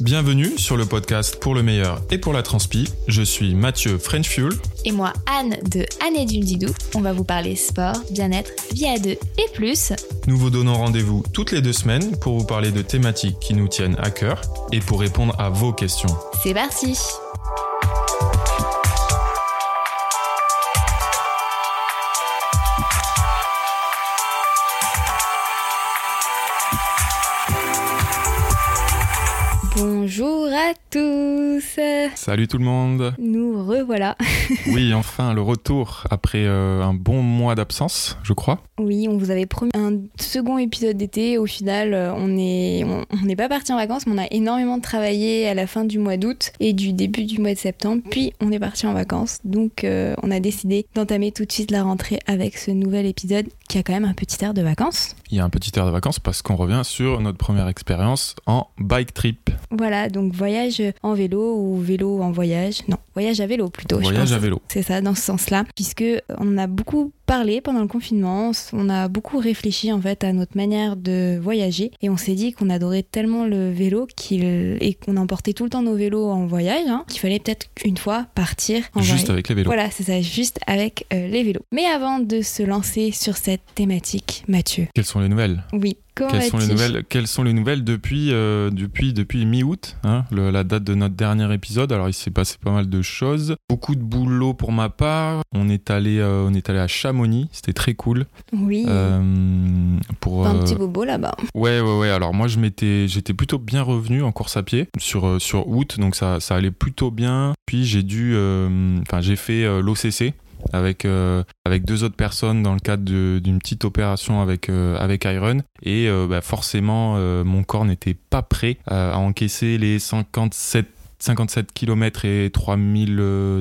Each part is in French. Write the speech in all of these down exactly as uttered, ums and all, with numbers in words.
Bienvenue sur le podcast Pour le meilleur et pour la transpi. Je suis Mathieu French Fuel. Et moi Anne de Anne et du Didou. On va vous parler sport, bien-être, vie à deux et plus. Nous vous donnons rendez-vous toutes les deux semaines pour vous parler de thématiques qui nous tiennent à cœur et pour répondre à vos questions. C'est parti! Bonjour à tous. Salut tout le monde. Nous revoilà. Oui, enfin le retour après euh, un bon mois d'absence, je crois. Oui, on vous avait promis un second épisode d'été. Au final, on est on, on n'est pas parti en vacances, mais on a énormément travaillé à la fin du mois d'août et du début du mois de septembre. Puis on est parti en vacances, donc euh, on a décidé d'entamer tout de suite la rentrée avec ce nouvel épisode qui a quand même un petit air de vacances. Il y a un petit air de vacances parce qu'on revient sur notre première expérience en bike trip. Voilà, donc voyage en vélo ou vélo en voyage. Non, voyage à vélo plutôt. Voyage je pense. à vélo. C'est ça, dans ce sens-là. Puisque on a beaucoup parlé pendant le confinement, on a beaucoup réfléchi en fait à notre manière de voyager et on s'est dit qu'on adorait tellement le vélo qu'il... et qu'on emportait tout le temps nos vélos en voyage hein, qu'il fallait peut-être une fois partir en Juste voyage. avec les vélos. Voilà, c'est ça, juste avec euh, les vélos. Mais avant de se lancer sur cette thématique, Mathieu. Quelles sont les nouvelles ? Oui. Comment Quelles sont, les nouvelles, quelles sont les nouvelles depuis, euh, depuis, depuis mi-août, hein, le, la date de notre dernier épisode. Alors, il s'est passé pas mal de choses. Beaucoup de boulot pour ma part. On est allé, euh, on est allé à Chamonix. C'était très cool. Oui. Euh, pour, un euh... petit bobo là-bas. Ouais, ouais, ouais. Alors, moi, je m'étais, j'étais plutôt bien revenu en course à pied sur, euh, sur août. Donc, ça, ça allait plutôt bien. Puis, j'ai dû... Enfin, euh, j'ai fait euh, l'O C C. Avec, euh, avec deux autres personnes dans le cadre de, d'une petite opération avec, euh, avec Iron et euh, bah forcément euh, mon corps n'était pas prêt euh, à encaisser les cinquante-sept kilomètres et trois mille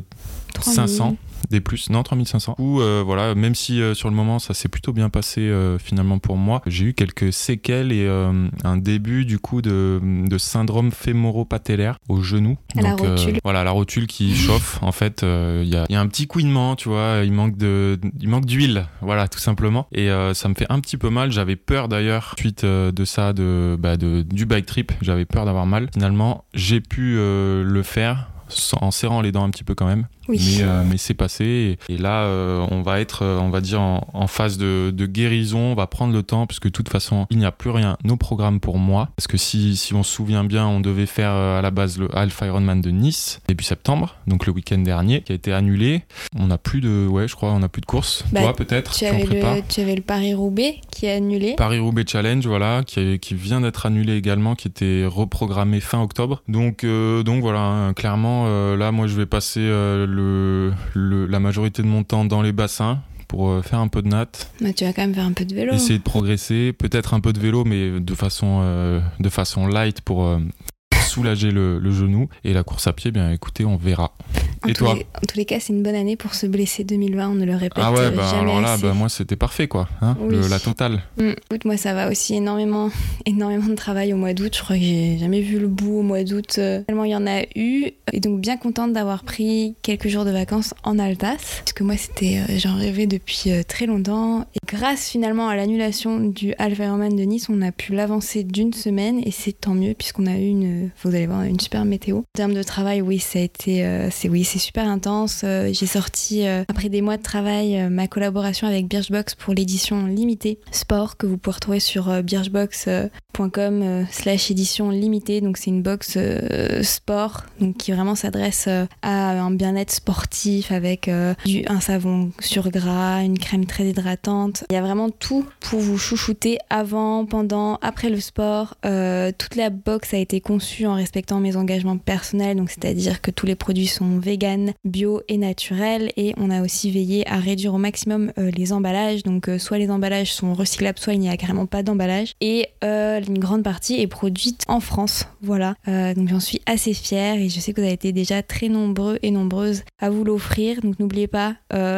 cinq cents des plus, non trois mille cinq cents ou euh, voilà, même si euh, sur le moment ça s'est plutôt bien passé euh, finalement pour moi, j'ai eu quelques séquelles et euh, un début du coup de, de syndrome fémoro-patellaire au genou. À donc la rotule. Euh, voilà, la rotule qui chauffe en fait, il euh, y, a, y a un petit couinement, tu vois, il manque de il manque d'huile, voilà, tout simplement, et euh, ça me fait un petit peu mal. J'avais peur d'ailleurs suite euh, de ça de, bah, de du bike trip, j'avais peur d'avoir mal. Finalement j'ai pu euh, le faire en serrant les dents un petit peu quand même. Oui. Mais, euh, mais c'est passé et, et là euh, on va être euh, on va dire en, en phase de, de guérison. On va prendre le temps puisque de toute façon il n'y a plus rien au programme pour moi, parce que si, si on se souvient bien, on devait faire euh, à la base le Half Ironman de Nice début septembre, donc le week-end dernier, qui a été annulé. On n'a plus de ouais je crois on n'a plus de course. Bah, toi peut-être tu tu avais, en prépares. le, tu avais le Paris-Roubaix qui est annulé. Paris-Roubaix Challenge, voilà, qui, qui vient d'être annulé également, qui était reprogrammé fin octobre. Donc, euh, donc voilà, hein, clairement, euh, là, moi, je vais passer euh, le, le, la majorité de mon temps dans les bassins pour euh, faire un peu de natte. Mais tu vas quand même faire un peu de vélo. Essayer de progresser, peut-être un peu de vélo, mais de façon, euh, de façon light pour euh, soulager le, le genou. Et la course à pied, bien écoutez, on verra. En Et tous toi les, En tous les cas, c'est une bonne année pour se blesser deux mille vingt, on ne le répète Ah ouais, bah jamais alors là, assez. bah, moi c'était parfait quoi, hein, Oui. le, la totale. Mmh. Écoute, moi ça va aussi énormément, énormément de travail au mois d'août. Je crois que j'ai jamais vu le bout au mois d'août, euh, tellement il y en a eu. Et donc bien contente d'avoir pris quelques jours de vacances en Alsace, parce que moi c'était, euh, j'en rêvais depuis euh, très longtemps. Et grâce finalement à l'annulation du Half Ironman de Nice, on a pu l'avancer d'une semaine et c'est tant mieux puisqu'on a eu une, vous allez voir, une super météo. En termes de travail, oui, ça a été, euh, c'est oui, c'est super intense. Euh, j'ai sorti, euh, après des mois de travail, euh, ma collaboration avec Birchbox pour l'édition limitée sport que vous pouvez retrouver sur euh, birchbox point com euh, slash édition limitée. Donc c'est une box euh, sport donc, qui vraiment s'adresse euh, à un bien-être sportif avec euh, du, un savon sur gras, une crème très hydratante. Il y a vraiment tout pour vous chouchouter avant, pendant, après le sport. Euh, toute la box a été conçue en respectant mes engagements personnels, donc c'est-à-dire que tous les produits sont vegan, bio et naturel, et on a aussi veillé à réduire au maximum euh, les emballages, donc euh, soit les emballages sont recyclables, soit il n'y a carrément pas d'emballage, et euh, une grande partie est produite en France, voilà, euh, donc j'en suis assez fière et je sais que vous avez été déjà très nombreux et nombreuses à vous l'offrir, donc n'oubliez pas euh,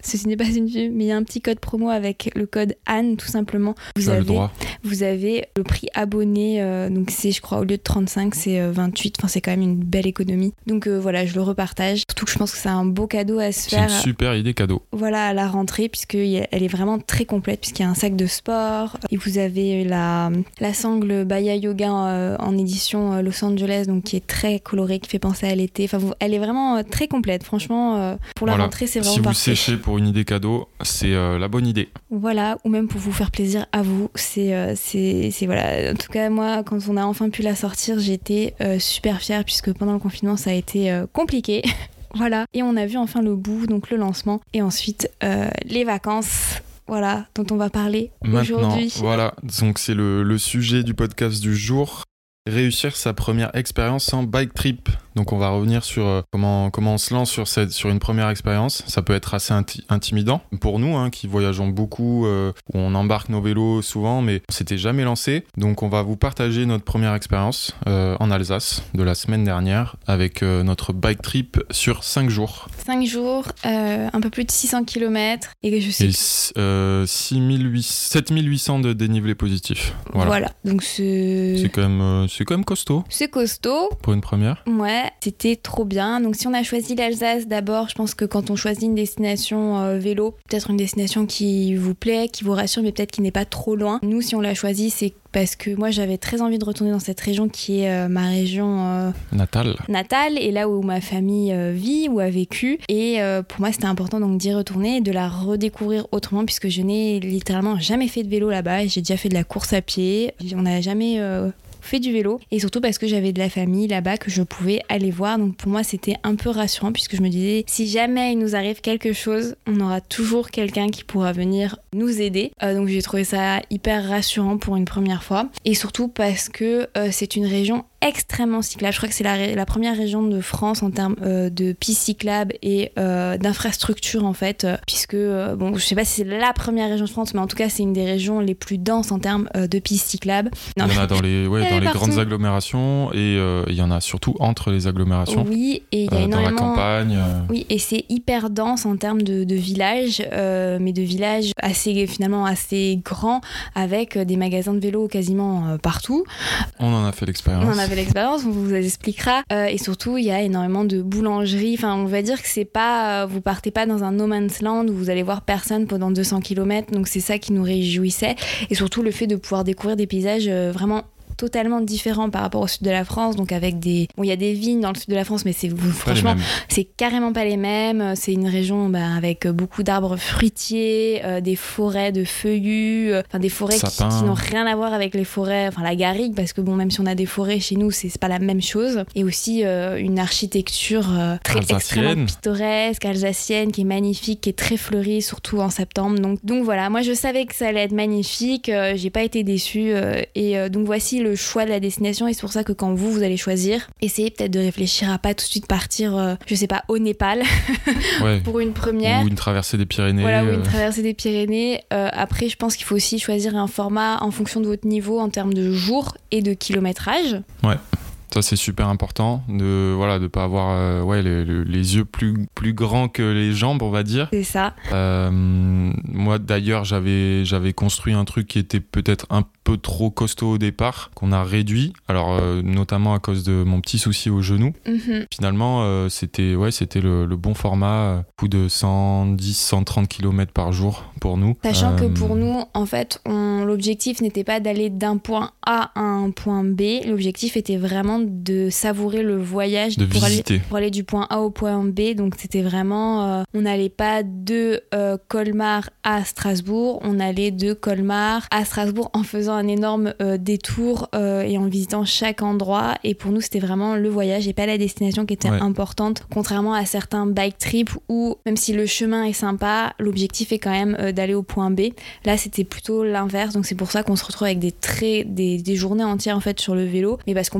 ceci n'est pas une pub, mais il y a un petit code promo avec le code Anne, tout simplement. Vous tu as avez, le droit. Vous avez le prix abonné, euh, donc c'est, je crois, au lieu de trente-cinq, c'est euh, vingt-huit. Enfin, c'est quand même une belle économie. Donc euh, voilà, je le repartage. Surtout que je pense que c'est un beau cadeau à se C'est faire. une super idée cadeau. Voilà, à la rentrée, puisqu'elle est vraiment très complète, puisqu'il y a un sac de sport. Et vous avez la, la sangle Baya Yoga euh, en édition euh, Los Angeles, donc qui est très colorée, qui fait penser à l'été. Enfin, vous, elle est vraiment euh, très complète. Franchement, euh, pour la Voilà. rentrée, c'est vraiment Si vous parfait. séchez pour une idée cadeau, c'est euh, la bonne idée. Voilà, ou même pour vous faire plaisir à vous. C'est, euh, c'est, c'est voilà. En tout cas, moi, quand on a enfin pu la sortir, j'étais euh, super fière, puisque pendant le confinement, ça a été euh, compliqué. Voilà. Et on a vu enfin le bout, donc le lancement. Et ensuite, euh, les vacances. Voilà, dont on va parler Maintenant, aujourd'hui. voilà, donc c'est le, le sujet du podcast du jour. Réussir sa première expérience en bike trip. Donc on va revenir sur euh, comment, comment on se lance sur, cette, sur une première expérience. Ça peut être assez inti- intimidant pour nous hein, qui voyageons beaucoup, euh, où on embarque nos vélos souvent, mais on s'était jamais lancé. Donc on va vous partager notre première expérience euh, en Alsace de la semaine dernière avec euh, notre bike trip sur cinq jours. cinq jours, euh, un peu plus de six cents kilomètres. Et je sais Et euh, six mille huit cents, sept mille huit cents de dénivelé positif. Voilà. Voilà. Donc c'est... C'est quand même, euh, c'est quand même costaud C'est costaud. pour une première. Ouais, c'était trop bien. Donc si on a choisi l'Alsace d'abord, je pense que quand on choisit une destination euh, vélo, peut-être une destination qui vous plaît, qui vous rassure, mais peut-être qui n'est pas trop loin. Nous, si on l'a choisi, c'est parce que moi, j'avais très envie de retourner dans cette région qui est euh, ma région euh, Natale. natale et là où ma famille euh, vit ou a vécu. Et euh, pour moi, c'était important donc d'y retourner et de la redécouvrir autrement puisque je n'ai littéralement jamais fait de vélo là-bas. J'ai déjà fait de la course à pied. On n'a jamais... Euh, fait du vélo et surtout parce que j'avais de la famille là-bas que je pouvais aller voir, donc pour moi c'était un peu rassurant puisque je me disais si jamais il nous arrive quelque chose on aura toujours quelqu'un qui pourra venir nous aider, euh, donc j'ai trouvé ça hyper rassurant pour une première fois et surtout parce que euh, c'est une région extrêmement cyclable. Je crois que c'est la, la première région de France en termes euh, de pistes cyclables et euh, d'infrastructures en fait, euh, puisque euh, bon, je sais pas si c'est la première région de France, mais en tout cas c'est une des régions les plus denses en termes euh, de pistes cyclables. Non, il y en a dans les, ouais, dans les partout. grandes agglomérations et euh, il y en a surtout entre les agglomérations. Oui, et il y a euh, énormément. Dans la campagne. Euh... Oui, et c'est hyper dense en termes de, de villages, euh, mais de villages assez finalement assez grands avec des magasins de vélo quasiment euh, partout. On en a fait l'expérience. On en a fait l'expérience, on vous expliquera. Euh, et surtout, il y a énormément de boulangeries. Enfin, on va dire que c'est pas, euh, vous partez pas dans un no man's land où vous allez voir personne pendant deux cents kilomètres. Donc c'est ça qui nous réjouissait. Et surtout le fait de pouvoir découvrir des paysages euh, vraiment totalement différent par rapport au sud de la France, donc avec des... Bon, il y a des vignes dans le sud de la France, mais c'est franchement, c'est carrément pas les mêmes. C'est une région bah, avec beaucoup d'arbres fruitiers, euh, des forêts de feuillus, euh, enfin des forêts qui, qui n'ont rien à voir avec les forêts, enfin la garrigue, parce que bon, même si on a des forêts chez nous, c'est, c'est pas la même chose. Et aussi euh, une architecture euh, très extrêmement pittoresque, alsacienne, qui est magnifique, qui est très fleurie, surtout en septembre. Donc, donc voilà, moi je savais que ça allait être magnifique, euh, j'ai pas été déçue. Euh, et euh, donc voici le le choix de la destination et c'est pour ça que quand vous, vous allez choisir, essayez peut-être de réfléchir à pas tout de suite partir, euh, je sais pas, au Népal ouais. pour une première. Ou une traversée des Pyrénées. Voilà, ou une euh... traversée des Pyrénées. Euh, après, je pense qu'il faut aussi choisir un format en fonction de votre niveau en termes de jours et de kilométrage. Ouais. Ça, c'est super important de voilà de pas avoir euh, ouais, les, les yeux plus, plus grands que les jambes, on va dire. C'est ça. Euh, moi, d'ailleurs, j'avais, j'avais construit un truc qui était peut-être un peu trop costaud au départ, qu'on a réduit. Alors, euh, notamment à cause de mon petit souci au genou. Mm-hmm. Finalement, euh, c'était, ouais, c'était le, le bon format, coup de cent dix à cent trente kilomètres par jour pour nous. Sachant euh... que pour nous, en fait, on, l'objectif n'était pas d'aller d'un point A à un point B. L'objectif était vraiment de savourer le voyage de pour visiter. aller, pour aller du point A au point B. Donc c'était vraiment, euh, on n'allait pas de euh, Colmar à Strasbourg, on allait de Colmar à Strasbourg en faisant un énorme euh, détour euh, et en visitant chaque endroit. Et pour nous, c'était vraiment le voyage et pas la destination qui était ouais. importante, contrairement à certains bike trips où, même si le chemin est sympa, l'objectif est quand même euh, d'aller au point B. Là, c'était plutôt l'inverse. Donc c'est pour ça qu'on se retrouve avec des, très, des, des journées entières en fait sur le vélo, mais parce qu'on prenait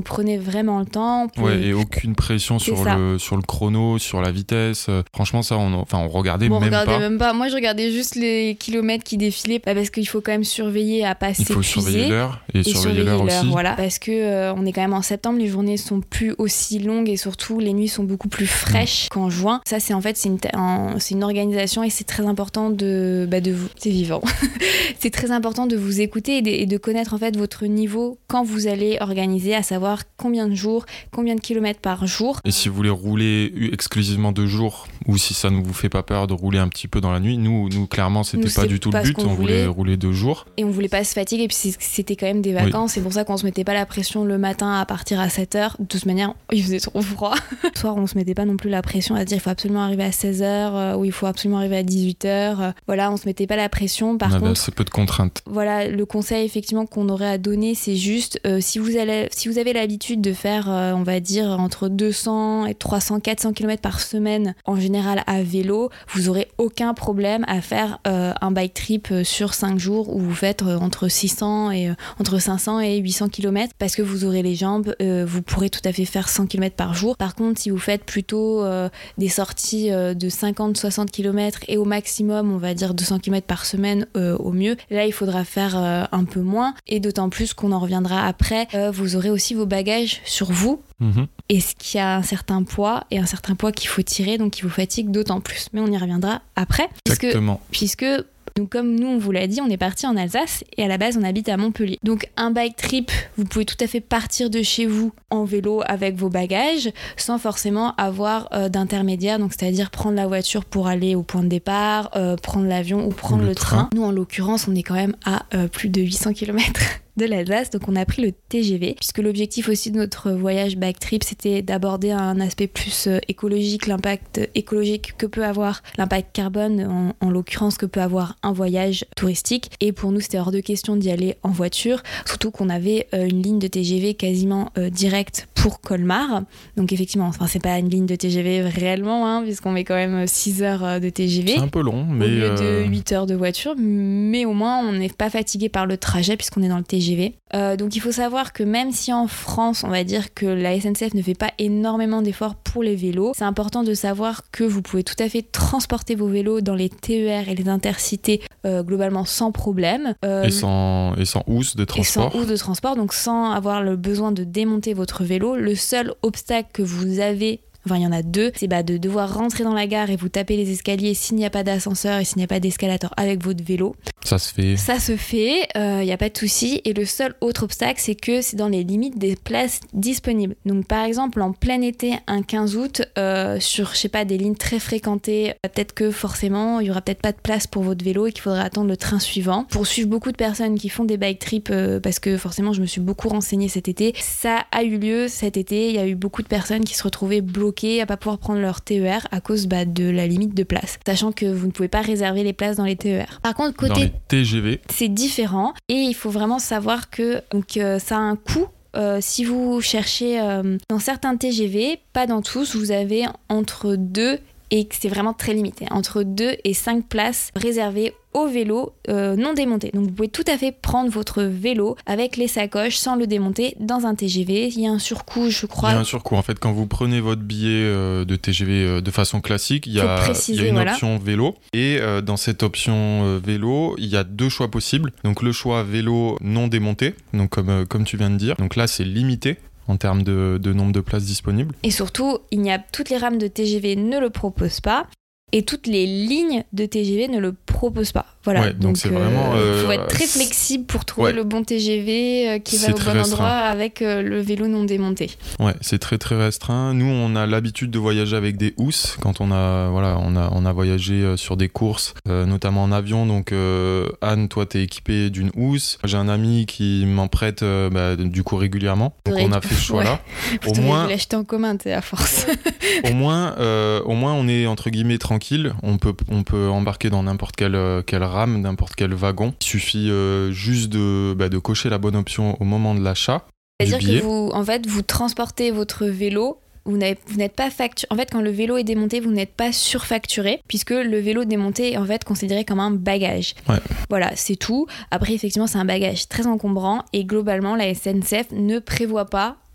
vraiment le temps. Pouvez... Ouais, et aucune pression sur le, sur le chrono, sur la vitesse. Franchement, ça, on, enfin, on regardait bon, même regardait pas. même pas. Moi, je regardais juste les kilomètres qui défilaient bah, parce qu'il faut quand même surveiller à pas s'épuiser. Il faut surveiller l'heure et, et surveiller, surveiller l'heure, l'heure aussi. Voilà, parce que euh, on est quand même en septembre, les journées sont plus aussi longues et surtout les nuits sont beaucoup plus fraîches mmh. qu'en juin. Ça, c'est en fait c'est une, un, c'est une organisation et c'est très important de, bah, de vous. C'est vivant. C'est très important de vous écouter et de, et de connaître en fait votre niveau quand vous allez organiser, à savoir combien de jours, combien de kilomètres par jour. Et si vous voulez rouler exclusivement de jour ou si ça ne vous fait pas peur de rouler un petit peu dans la nuit, nous, nous clairement, c'était nous, pas du tout pas le but. On voulait rouler de jour. Et on voulait pas se fatiguer. Et puis c'était quand même des vacances. Oui. C'est pour ça qu'on se mettait pas la pression le matin à partir à sept heures. De toute manière, il faisait trop froid. Le soir, on se mettait pas non plus la pression à se dire il faut absolument arriver à seize heures euh, ou il faut absolument arriver à dix-huit heures. Euh, voilà, on se mettait pas la pression. Par on contre, avait assez peu de contraintes. Voilà, le conseil effectivement qu'on aurait à donner, c'est juste euh, si vous allez, si vous avez l'habitude de faire, euh, on va dire entre deux cents et trois cents, quatre cents kilomètres par semaine en général à vélo, vous aurez aucun problème à faire euh, un bike trip sur cinq jours où vous faites euh, entre six cents et euh, entre cinq cents et huit cents kilomètres parce que vous aurez les jambes, euh, vous pourrez tout à fait faire cent kilomètres par jour. Par contre, si vous faites plutôt euh, des sorties euh, de cinquante à soixante kilomètres et au maximum, on va dire deux cents kilomètres par semaine euh, au mieux, là il faudra faire euh, un peu moins et d'autant plus qu'on en reviendra après, euh, vous aurez aussi vos bagages sur vous. Mmh. Et ce qui a un certain poids et un certain poids qu'il faut tirer, donc qui vous fatigue d'autant plus. Mais on y reviendra après. Exactement. Puisque, puisque donc comme nous on vous l'a dit, on est parti en Alsace et à la base on habite à Montpellier. Donc un bike trip, vous pouvez tout à fait partir de chez vous en vélo avec vos bagages sans forcément avoir euh, d'intermédiaire, donc c'est-à-dire prendre la voiture pour aller au point de départ, euh, prendre l'avion ou prendre ou le, le train. train. Nous en l'occurrence on est quand même à euh, plus de huit cents kilomètres de l'Alsace, donc on a pris le T G V, puisque l'objectif aussi de notre voyage bike trip, c'était d'aborder un aspect plus écologique, l'impact écologique que peut avoir, l'impact carbone, en, en l'occurrence que peut avoir un voyage touristique. Et pour nous, c'était hors de question d'y aller en voiture, surtout qu'on avait euh, une ligne de T G V quasiment euh, directe pour Colmar. Donc effectivement, enfin, c'est pas une ligne de T G V réellement, hein, puisqu'on met quand même six heures de T G V. C'est un peu long, mais... Au lieu euh... de huit heures de voiture, mais au moins, on n'est pas fatigué par le trajet, puisqu'on est dans le T G V. Euh, donc il faut savoir que même si en France on va dire que la S N C F ne fait pas énormément d'efforts pour les vélos, c'est important de savoir que vous pouvez tout à fait transporter vos vélos dans les T E R et les intercités euh, globalement sans problème. Euh, et, sans, et sans housse de transport. Et sans housse de transport, donc sans avoir le besoin de démonter votre vélo. Le seul obstacle que vous avez, enfin il y en a deux, c'est bah, de devoir rentrer dans la gare et vous taper les escaliers s'il n'y a pas d'ascenseur et s'il n'y a pas d'escalator avec votre vélo. Ça se fait. Ça se fait, il euh, n'y a pas de souci. Et le seul autre obstacle, c'est que c'est dans les limites des places disponibles. Donc par exemple, en plein été, un quinze août, euh, sur, je sais pas, des lignes très fréquentées, peut-être que forcément, il n'y aura peut-être pas de place pour votre vélo et qu'il faudra attendre le train suivant. Pour suivre beaucoup de personnes qui font des bike trips, euh, parce que forcément, je me suis beaucoup renseignée cet été, ça a eu lieu cet été. Il y a eu beaucoup de personnes qui se retrouvaient bloquées à pas pouvoir prendre leur T E R à cause bah, de la limite de place, sachant que vous ne pouvez pas réserver les places dans les T E R. Par contre, côté T G V, c'est différent et il faut vraiment savoir que donc, euh, ça a un coût. Euh, si vous cherchez euh, dans certains T G V, pas dans tous, vous avez entre deux et c'est vraiment très limité, entre deux et cinq places réservées au vélo euh, non démonté. Donc vous pouvez tout à fait prendre votre vélo avec les sacoches sans le démonter dans un T G V. Il y a un surcoût, je crois. Il y a un surcoût. En fait, quand vous prenez votre billet euh, de T G V euh, de façon classique, il y a, il y a une voilà. option vélo. Et euh, dans cette option euh, vélo, il y a deux choix possibles. Donc le choix vélo non démonté, donc comme, euh, comme tu viens de dire. Donc là, c'est limité en termes de, de nombre de places disponibles. Et surtout, il n'y a, toutes les rames de T G V ne le proposent pas. Et toutes les lignes de T G V ne le proposent pas. Voilà. Ouais, donc, donc c'est euh, vraiment. Il euh, faut être très flexible pour trouver ouais. le bon T G V euh, qui c'est va au bon restreint. endroit avec euh, le vélo non démonté. Ouais, c'est très très restreint. Nous, on a l'habitude de voyager avec des housses quand on a voilà, on a on a voyagé sur des courses, euh, notamment en avion. Donc euh, Anne, toi, t'es équipée d'une housse. J'ai un ami qui m'en prête euh, bah, du coup régulièrement. Donc on a fait ce choix-là. Ouais. Au moins, dû l'acheter en commun, t'es à force. au moins, euh, au moins, on est entre guillemets tranquille. On peut on peut embarquer dans n'importe quelle quelle rame, n'importe quel wagon. Il suffit euh, juste de, bah, de cocher la bonne option au moment de l'achat. C'est-à-dire que vous, en fait, vous transportez votre vélo, vous, n'avez, vous n'êtes pas facturé. En fait, quand le vélo est démonté, vous n'êtes pas surfacturé, puisque le vélo démonté est en fait considéré comme un bagage. Ouais. Voilà, c'est tout. Après, effectivement, c'est un bagage très encombrant et globalement, la S N C F ne prévoit pas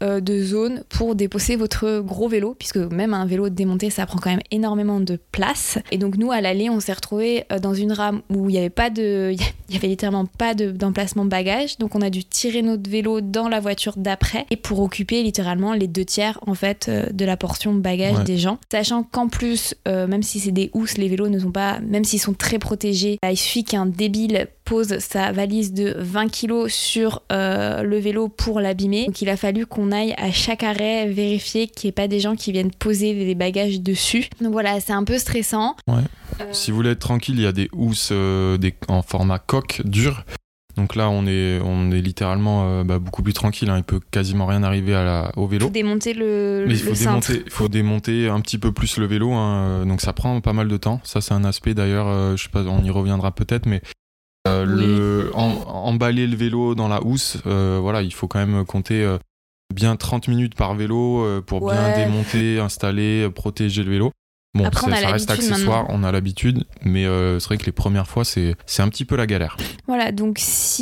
euh, de zones pour déposer votre gros vélo, puisque même un vélo démonté, ça prend quand même énormément de place. Et donc nous, à l'aller, on s'est retrouvés dans une rame où il n'y avait pas de... Il y avait littéralement pas de, d'emplacement bagage, donc on a dû tirer notre vélo dans la voiture d'après, et pour occuper littéralement les deux tiers en fait euh, de la portion bagage ouais. des gens. Sachant qu'en plus, euh, même si c'est des housses, les vélos ne sont pas... Même s'ils sont très protégés, là, il suffit qu'un débile pose sa valise de vingt kilos sur euh, le vélo pour l'abîmer. Donc il a fallu qu'on aille à chaque arrêt vérifier qu'il n'y ait pas des gens qui viennent poser des bagages dessus. Donc voilà, c'est un peu stressant. Ouais. Euh... Si vous voulez être tranquille, il y a des housses euh, des, en format coque dur. Donc là, on est, on est littéralement euh, bah, beaucoup plus tranquille. Hein. Il peut quasiment rien arriver à la, au vélo. Il faut démonter le, Mais le il faut cintre. démonter, il faut démonter un petit peu plus le vélo. Hein. Donc ça prend pas mal de temps. Ça, c'est un aspect d'ailleurs, euh, je sais pas, on y reviendra peut-être, mais euh, oui. le, en, emballer le vélo dans la housse, euh, voilà, il faut quand même compter euh, bien trente minutes par vélo euh, pour ouais. bien démonter, installer, protéger le vélo. Bon, Après, on a ça reste accessoire, maintenant. On a l'habitude, mais euh, c'est vrai que les premières fois, c'est, c'est un petit peu la galère. Voilà, donc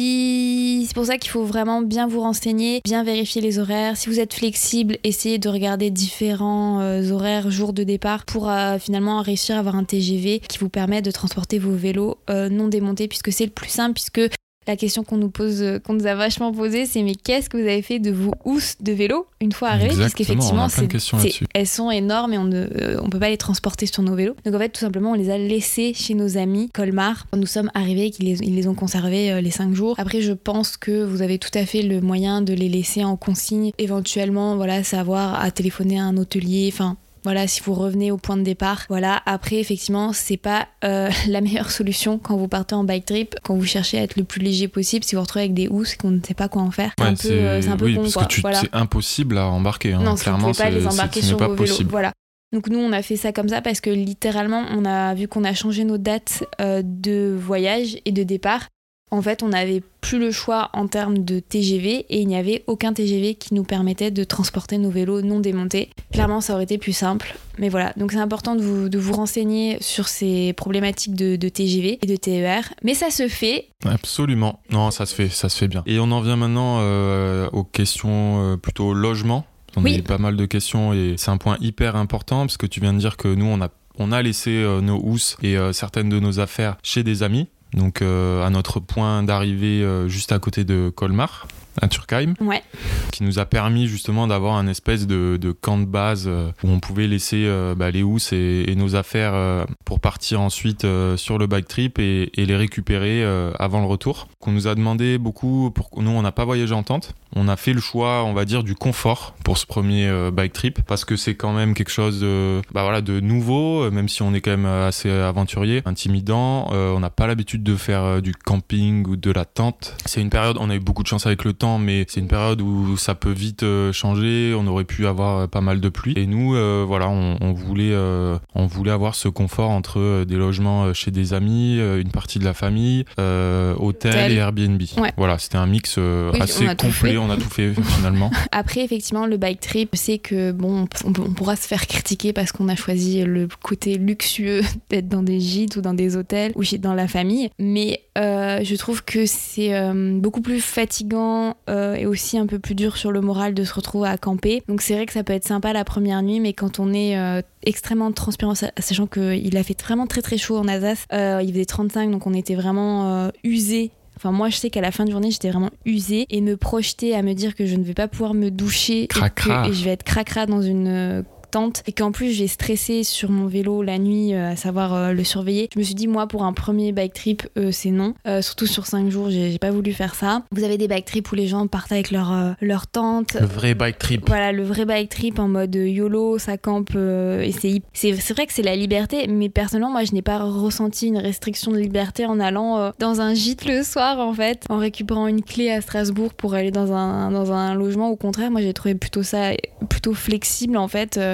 si... c'est pour ça qu'il faut vraiment bien vous renseigner, bien vérifier les horaires. Si vous êtes flexible, essayez de regarder différents euh, horaires, jours de départ, pour euh, finalement réussir à avoir un T G V qui vous permet de transporter vos vélos euh, non démontés, puisque c'est le plus simple, puisque... La question qu'on nous pose, qu'on nous a vachement posée, c'est mais qu'est-ce que vous avez fait de vos housses de vélo une fois arrivées ? Parce qu'effectivement, c'est, c'est, elles sont énormes et on ne euh, on peut pas les transporter sur nos vélos. Donc en fait, tout simplement, on les a laissées chez nos amis Colmar. Quand nous sommes arrivés, qu'ils les, ils les ont conservées euh, les cinq jours. Après, je pense que vous avez tout à fait le moyen de les laisser en consigne. Éventuellement, voilà, savoir à téléphoner à un hôtelier, enfin... Voilà, si vous revenez au point de départ. Voilà, après, effectivement, c'est pas euh, la meilleure solution quand vous partez en bike trip, quand vous cherchez à être le plus léger possible. Si vous vous retrouvez avec des housses et qu'on ne sait pas quoi en faire, c'est, ouais, un, peu, euh, c'est un peu oui, con. parce quoi. que tu, voilà. c'est impossible à embarquer. Hein. Non, clairement, vous pouvez pas les embarquer sur pas vos vélos. Possible. Voilà. Donc nous, on a fait ça comme ça parce que littéralement, on a vu qu'on a changé nos dates euh, de voyage et de départ. En fait, on n'avait plus le choix en termes de T G V et il n'y avait aucun T G V qui nous permettait de transporter nos vélos non démontés. Clairement, ça aurait été plus simple. Mais voilà, donc c'est important de vous, de vous renseigner sur ces problématiques de, de T G V et de T E R. Mais ça se fait. Absolument. Non, ça se fait, ça se fait bien. Et on en vient maintenant euh, aux questions euh, plutôt logement. On oui. a eu pas mal de questions et c'est un point hyper important parce que tu viens de dire que nous, on a, on a laissé euh, nos housses et euh, certaines de nos affaires chez des amis. Donc euh, à notre point d'arrivée euh, juste à côté de Colmar, à Turkheim, ouais. qui nous a permis justement d'avoir un espèce de, de camp de base euh, où on pouvait laisser euh, bah, les housses et, et nos affaires euh, pour partir ensuite euh, sur le bike trip et, et les récupérer euh, avant le retour. Qu'on nous a demandé beaucoup, pour nous on n'a pas voyagé en tente, on a fait le choix, on va dire, du confort pour ce premier euh, bike trip parce que c'est quand même quelque chose de, bah, voilà, de nouveau, même si on est quand même assez aventurier, intimidant, euh, on n'a pas l'habitude de faire euh, du camping ou de la tente. C'est une période, on a eu beaucoup de chance avec le temps, mais c'est une période où ça peut vite euh, changer, on aurait pu avoir euh, pas mal de pluie. Et nous, euh, voilà, on, on, voulait, euh, on voulait avoir ce confort entre euh, des logements chez des amis, euh, une partie de la famille, euh, hôtel Tel. et Airbnb. Ouais. Voilà, c'était un mix euh, oui, assez complet, on a tout fait finalement. Après, effectivement, le bike trip, c'est que bon, on, on pourra se faire critiquer parce qu'on a choisi le côté luxueux d'être dans des gîtes ou dans des hôtels ou dans la famille. Mais euh, je trouve que c'est euh, beaucoup plus fatigant euh, et aussi un peu plus dur sur le moral de se retrouver à camper. Donc c'est vrai que ça peut être sympa la première nuit, mais quand on est euh, extrêmement transpirant, sachant qu'il a fait vraiment très très chaud en Alsace, euh, il faisait trente-cinq, donc on était vraiment euh, usés. Enfin, moi, je sais qu'à la fin de journée, j'étais vraiment usée et me projeter à me dire que je ne vais pas pouvoir me doucher et, que, et je vais être cracra dans une euh, tente et qu'en plus, j'ai stressé sur mon vélo la nuit, euh, à savoir euh, le surveiller. Je me suis dit, moi, pour un premier bike trip, euh, c'est non. Euh, surtout sur cinq jours, j'ai, j'ai pas voulu faire ça. Vous avez des bike trips où les gens partent avec leur, euh, leur tente. Le vrai bike trip. Voilà, le vrai bike trip en mode YOLO, ça campe euh, et c'est, c'est, c'est vrai que c'est la liberté, mais personnellement, moi, je n'ai pas ressenti une restriction de liberté en allant euh, dans un gîte le soir, en fait, en récupérant une clé à Strasbourg pour aller dans un, dans un logement. Au contraire, moi, j'ai trouvé plutôt ça plutôt flexible, en fait. Euh,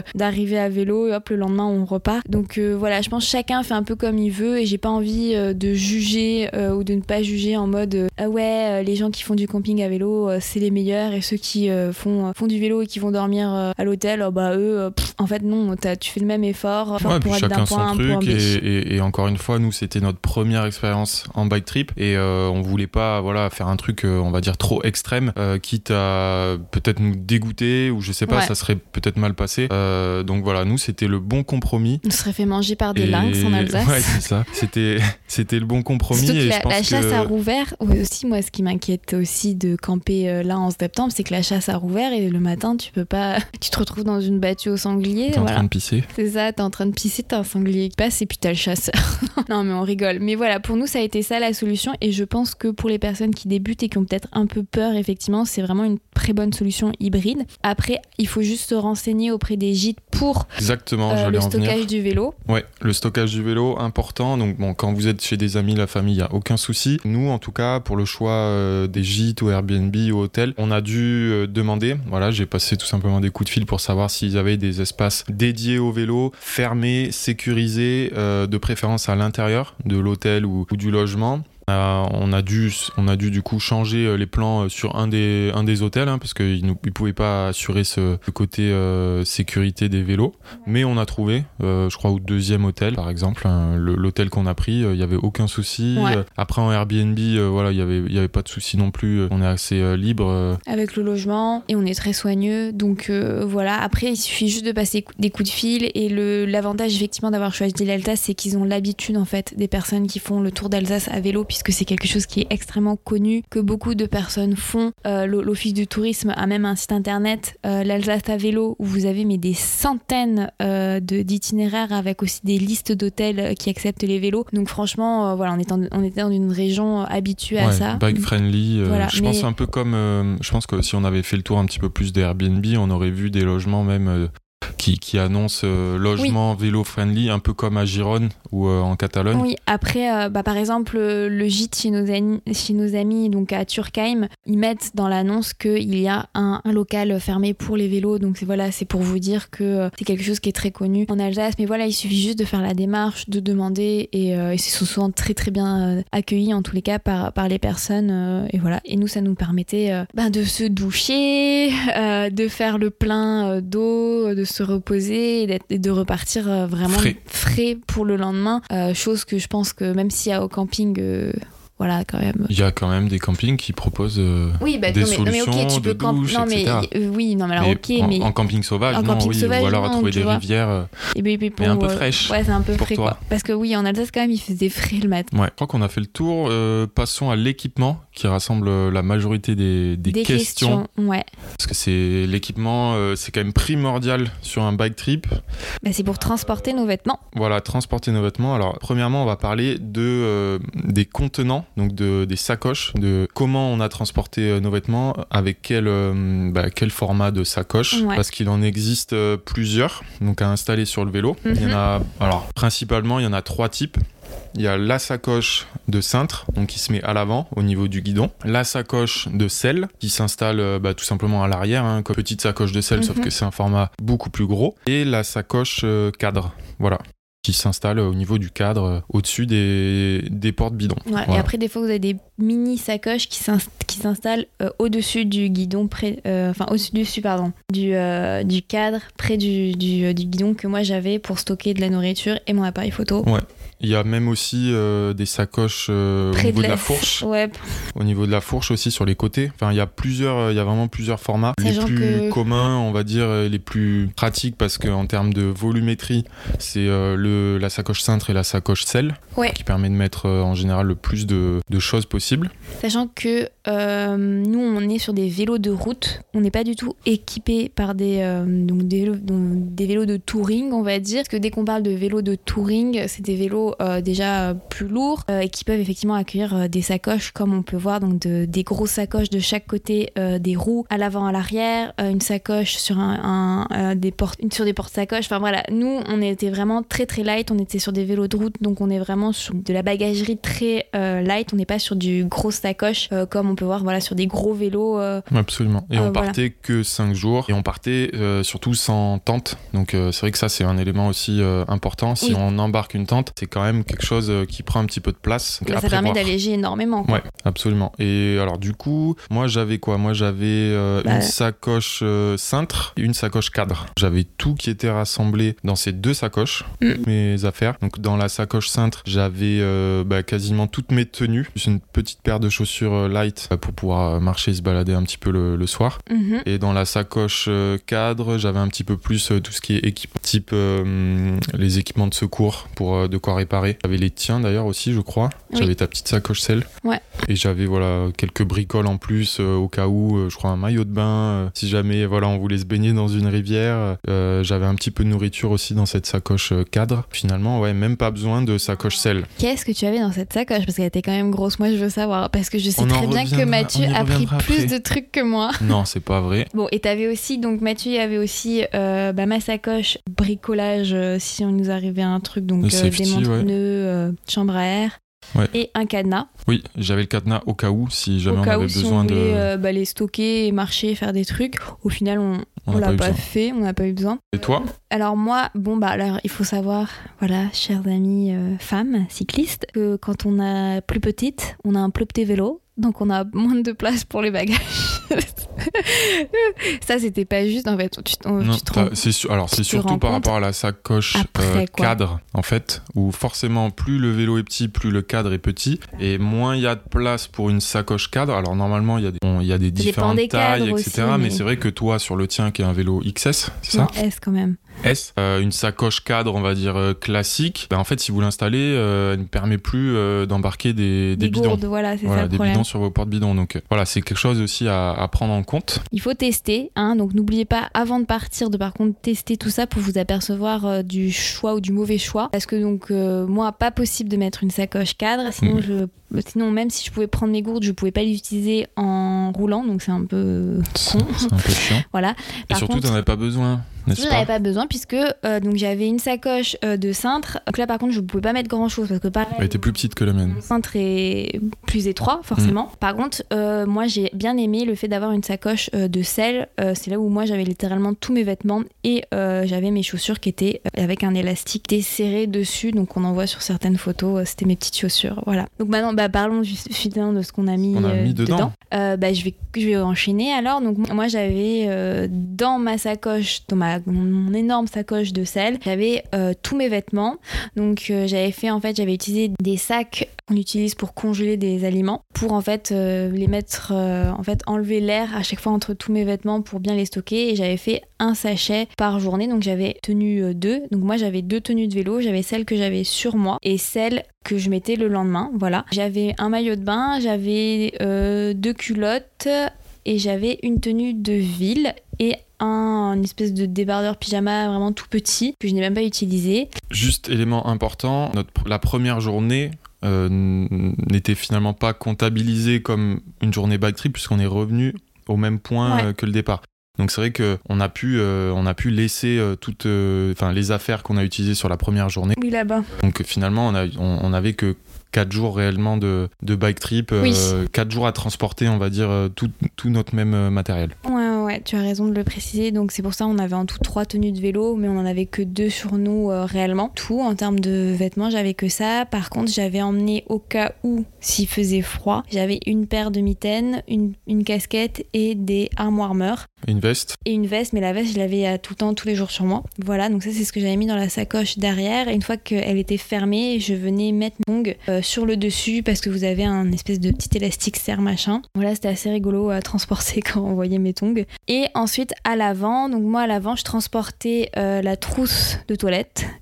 d'arriver à vélo et hop, le lendemain on repart. Donc euh, voilà, je pense que chacun fait un peu comme il veut et j'ai pas envie euh, de juger euh, ou de ne pas juger en mode euh, ah ouais, euh, les gens qui font du camping à vélo, euh, c'est les meilleurs et ceux qui euh, font, euh, font du vélo et qui vont dormir euh, à l'hôtel, oh, bah eux, euh, pff, en fait non, tu fais le même effort ouais, pour puis aller chacun d'un son point A à un point truc B. et, et, et encore une fois, nous c'était notre première expérience en bike trip et euh, on voulait pas voilà, faire un truc euh, on va dire trop extrême, euh, quitte à peut-être nous dégoûter ou je sais pas, Ouais. ça serait peut-être mal passé. Euh, donc voilà, nous c'était le bon compromis. On se serait fait manger par des Et- lynx en Alsace. Ouais, c'est ça. C'était, c'était le bon compromis. Surtout que et la, je pense la chasse que... à Rouvert, ouais, aussi moi ce qui m'inquiète aussi de camper euh, là en septembre, c'est que la chasse à Rouvert et le matin tu peux pas, tu te retrouves dans une battue au sanglier. T'es en voilà. train de pisser. C'est ça, t'es en train de pisser, t'as un sanglier qui passe et puis t'as le chasseur. Non mais on rigole. Mais voilà, pour nous ça a été ça la solution et je pense que pour les personnes qui débutent et qui ont peut-être un peu peur, effectivement, c'est vraiment une très bonne solution hybride. Après, il faut juste se renseigner auprès des gîtes pour Exactement, euh, j'allais le en venir. stockage du vélo. Ouais, le stockage du vélo, important. Donc bon, quand vous êtes chez des amis, la famille, il n'y a aucun souci. Nous, en tout cas, pour le choix euh, des gîtes ou Airbnb ou hôtels, on a dû euh, demander. Voilà, j'ai passé tout simplement des coups de fil pour savoir s'ils avaient des espaces dédiés au vélo, fermés, sécurisés, euh, de préférence à l'intérieur de l'hôtel ou, ou du logement. Euh, on a dû, on a dû du coup changer les plans sur un des, un des hôtels hein, parce qu'ils ne pouvaient pas assurer ce, ce côté euh, sécurité des vélos. Mais on a trouvé, euh, je crois, au deuxième hôtel par exemple, hein, le, l'hôtel qu'on a pris, il euh, n'y avait aucun souci. Ouais. Euh, après en Airbnb, euh, voilà, il y avait, il y avait pas de souci non plus. On est assez euh, libre. Euh. Avec le logement et on est très soigneux. Donc euh, voilà, après il suffit juste de passer des coups de fil et le, l'avantage effectivement d'avoir choisi l'Alsace, c'est qu'ils ont l'habitude en fait des personnes qui font le tour d'Alsace à vélo puisque c'est quelque chose qui est extrêmement connu, que beaucoup de personnes font. Euh, l'Office du tourisme a même un site internet, euh, l'Alsace à vélo, où vous avez mais des centaines euh, de, d'itinéraires avec aussi des listes d'hôtels qui acceptent les vélos. Donc franchement, euh, voilà, on, est en, on était dans une région habituée à ouais, ça. Bike friendly. Euh, Voilà, je mais... pense un peu comme, euh, je pense que si on avait fait le tour un petit peu plus des Airbnb, on aurait vu des logements même. Euh, Qui, qui annonce euh, logement oui. vélo friendly, un peu comme à Gérone ou euh, en Catalogne. Oui, après, euh, bah, par exemple, le gîte chez nos, amis, chez nos amis donc à Turkheim, ils mettent dans l'annonce qu'il y a un, un local fermé pour les vélos. Donc c'est, voilà, c'est pour vous dire que euh, c'est quelque chose qui est très connu en Alsace. Mais voilà, il suffit juste de faire la démarche, de demander et, euh, et c'est souvent très très bien euh, accueilli en tous les cas par, par les personnes. Euh, et voilà. Et nous, ça nous permettait euh, bah, de se doucher, euh, de faire le plein euh, d'eau, de se reposer et, et de repartir euh, vraiment frais. frais pour le lendemain. Euh, chose que je pense que même s'il y a au camping... Euh, voilà, quand même. Il y a quand même des campings qui proposent euh, oui, bah, des non, mais, solutions non, mais okay, tu de peux camp- douche, non, mais, et cetera. Euh, oui, non, mais alors mais ok, en, mais... En camping sauvage, en non, camping oui, sauvage, ou alors à non, trouver des vois. rivières. Euh, et puis, puis pour, mais un peu euh, fraîches. Ouais, c'est un peu pour frais, toi. quoi. Parce que oui, en Alsace, quand même, il faisait frais le matin. Ouais, je crois qu'on a fait le tour. Euh, passons à l'équipement qui rassemble la majorité des, des, des questions. questions. Ouais. Parce que c'est, l'équipement, euh, c'est quand même primordial sur un bike trip. Bah, c'est pour transporter nos vêtements. Voilà, transporter nos vêtements. Alors, premièrement, on va parler de, euh, des contenants, donc de, des sacoches, de comment on a transporté nos vêtements, avec quel, euh, bah, quel format de sacoche, ouais. Parce qu'il en existe euh, plusieurs, donc à installer sur le vélo. Mm-hmm. Il y en a, alors, principalement, il y en a trois types. Il y a la sacoche de cintre, donc qui se met à l'avant au niveau du guidon. La sacoche de selle qui s'installe bah, tout simplement à l'arrière, hein, comme petite sacoche de selle, mm-hmm. sauf que c'est un format beaucoup plus gros. Et la sacoche euh, cadre, voilà, qui s'installe au niveau du cadre, euh, au-dessus des, des portes bidons. Ouais, voilà. Et après, des fois, vous avez des mini sacoches qui, s'inst- qui s'installent euh, au-dessus du guidon, près, euh, enfin au-dessus, pardon, du, euh, du cadre, près du, du, du guidon que moi j'avais pour stocker de la nourriture et mon appareil photo. Ouais. Il y a même aussi euh, des sacoches euh, au niveau de, de la fourche. Ouais. Au niveau de la fourche aussi sur les côtés. Enfin, il y a plusieurs, il y a vraiment plusieurs formats. C'est les plus que... communs, on va dire, les plus pratiques parce qu'en termes de volumétrie, c'est euh, le, la sacoche cintre et la sacoche selle, ouais. qui permet de mettre euh, en général le plus de, de choses possibles. Sachant que euh, nous, on est sur des vélos de route. On n'est pas du tout équipés par des, euh, donc des, donc des vélos de touring, on va dire. Parce que dès qu'on parle de vélos de touring, c'est des vélos vélos euh, déjà plus lourds euh, et qui peuvent effectivement accueillir euh, des sacoches comme on peut voir, donc de, des grosses sacoches de chaque côté euh, des roues, à l'avant, à l'arrière, euh, une sacoche sur, un, un, euh, des portes, sur des porte-sacoches. Enfin voilà, nous on était vraiment très très light, on était sur des vélos de route, donc on est vraiment sur de la bagagerie très euh, light, on n'est pas sur du gros sacoche euh, comme on peut voir voilà, sur des gros vélos. Euh, Absolument. Et euh, on partait voilà. que cinq jours et on partait euh, surtout sans tente. Donc euh, c'est vrai que ça c'est un élément aussi euh, important. Si oui. on embarque une tente, c'est quand même quelque chose euh, qui prend un petit peu de place. Bah, ça permet d'alléger énormément. Quoi. Ouais, absolument. Et alors du coup, moi j'avais quoi Moi j'avais euh, bah... une sacoche euh, cintre, une sacoche cadre. J'avais tout qui était rassemblé dans ces deux sacoches, mm. mes affaires. Donc dans la sacoche cintre, j'avais euh, bah, quasiment toutes mes tenues, juste une petite paire de chaussures euh, light pour pouvoir marcher et se balader un petit peu le, le soir. Mm-hmm. Et dans la sacoche euh, cadre, j'avais un petit peu plus euh, tout ce qui est équipement, type euh, les équipements de secours pour euh, de quoi réparer. J'avais les tiens d'ailleurs aussi, je crois. Oui. J'avais ta petite sacoche selle. Ouais. Et j'avais voilà quelques bricoles en plus euh, au cas où, euh, je crois un maillot de bain. Euh, si jamais voilà on voulait se baigner dans une rivière, euh, j'avais un petit peu de nourriture aussi dans cette sacoche euh, cadre. Finalement, ouais, même pas besoin de sacoche selle. Qu'est-ce que tu avais dans cette sacoche? Parce qu'elle était quand même grosse. Moi, je veux savoir parce que je sais on très bien que Mathieu a pris après. plus de trucs que moi. Non, c'est pas vrai. Bon, et t'avais aussi donc Mathieu avait aussi euh, bah, ma sacoche bricolage euh, si on nous arrivait à un truc donc euh, des montre-pneus, ouais. euh, chambre à air. Ouais. Et un cadenas. Oui, j'avais le cadenas au cas où, si jamais au on cas avait où, besoin si on de... voulait euh, bah, les stocker, marcher, faire des trucs. Au final, on, on, on l'a pas, pas fait, on n'a pas eu besoin. Et toi ? Alors moi, bon bah alors il faut savoir, voilà, chers amis euh, femmes cyclistes, que quand on est plus petite, on a un plus petit vélo. Donc on a moins de place pour les bagages. Ça c'était pas juste en fait. Tu, on, non, tu te rends, c'est su- alors c'est surtout par rapport à la sacoche après, euh, cadre en fait, où forcément plus le vélo est petit, plus le cadre est petit, et moins il y a de place pour une sacoche cadre. Alors normalement il y a des, bon, il y a des différentes des tailles, et cetera. Aussi, mais... mais c'est vrai que toi sur le tien qui est un vélo X S, c'est non, ça ? S quand même. S, euh, une sacoche cadre, on va dire euh, classique, ben, en fait, si vous l'installez, euh, elle ne permet plus euh, d'embarquer des, des, des bidons. Gourdes, voilà, c'est voilà, ça le des problème. bidons sur vos porte-bidons. Donc euh, voilà, c'est quelque chose aussi à, à prendre en compte. Il faut tester, hein, donc n'oubliez pas avant de partir de par contre tester tout ça pour vous apercevoir euh, du choix ou du mauvais choix. Parce que donc euh, moi, pas possible de mettre une sacoche cadre, sinon mmh. je Sinon, même si je pouvais prendre mes gourdes, je pouvais pas les utiliser en roulant, donc c'est un peu con. C'est un peu chiant. Voilà. Et Par surtout, contre, t'en avais pas besoin, n'est-ce pas ? Je n'en avais pas besoin puisque euh, donc j'avais une sacoche euh, de cintre. Donc là, par contre, je pouvais pas mettre grand-chose parce que pareil. Elle était plus petite que la mienne. Le cintre est plus étroit, forcément. Mmh. Par contre, euh, moi, j'ai bien aimé le fait d'avoir une sacoche euh, de selle. Euh, c'est là où moi, j'avais littéralement tous mes vêtements et euh, j'avais mes chaussures qui étaient euh, avec un élastique desserré dessus. Donc on en voit sur certaines photos. Euh, c'était mes petites chaussures. Voilà. Donc maintenant, bah, parlons finalement de ce qu'on a mis, on a mis euh, dedans. dedans. Euh, bah, je, vais, je vais enchaîner alors. Donc, moi, j'avais euh, dans ma sacoche, dans ma, mon énorme sacoche de selle, j'avais euh, tous mes vêtements. Donc, euh, j'avais fait, en fait, j'avais utilisé des sacs qu'on utilise pour congeler des aliments, pour en fait euh, les mettre, euh, en fait, enlever l'air à chaque fois entre tous mes vêtements pour bien les stocker. Et j'avais fait un sachet par journée. Donc, j'avais tenu euh, deux. Donc, moi, j'avais deux tenues de vélo. J'avais celle que j'avais sur moi et celle que je mettais le lendemain, voilà. J'avais un maillot de bain, j'avais euh, deux culottes et j'avais une tenue de ville et un une espèce de débardeur pyjama vraiment tout petit que je n'ai même pas utilisé. Juste élément important, notre, la première journée euh, n'était finalement pas comptabilisée comme une journée bike trip puisqu'on est revenu au même point ouais. euh, que le départ. Donc c'est vrai qu'on a pu, euh, on a pu laisser euh, toutes euh, les affaires qu'on a utilisées sur la première journée. Oui, là-bas. Donc finalement, on, a, on, on avait que quatre jours réellement de, de bike trip, euh, oui. quatre jours à transporter, on va dire, tout, tout notre même matériel. Ouais, ouais, tu as raison de le préciser. Donc c'est pour ça qu'on avait en tout trois tenues de vélo, mais on n'en avait que deux sur nous euh, réellement. Tout, en termes de vêtements, j'avais que ça. Par contre, j'avais emmené au cas où, s'il faisait froid, j'avais une paire de mitaines, une, une casquette et des arm warmers. Et une veste. Et une veste, mais la veste, je l'avais tout le temps, tous les jours sur moi. Voilà, donc ça, c'est ce que j'avais mis dans la sacoche derrière. Et une fois qu'elle était fermée, je venais mettre mon tongue euh, sur le dessus parce que vous avez un espèce de petit élastique serre machin. Voilà, c'était assez rigolo à transporter quand on voyait mes tongs. Et ensuite, à l'avant, donc moi, à l'avant, je transportais euh, la trousse de toilette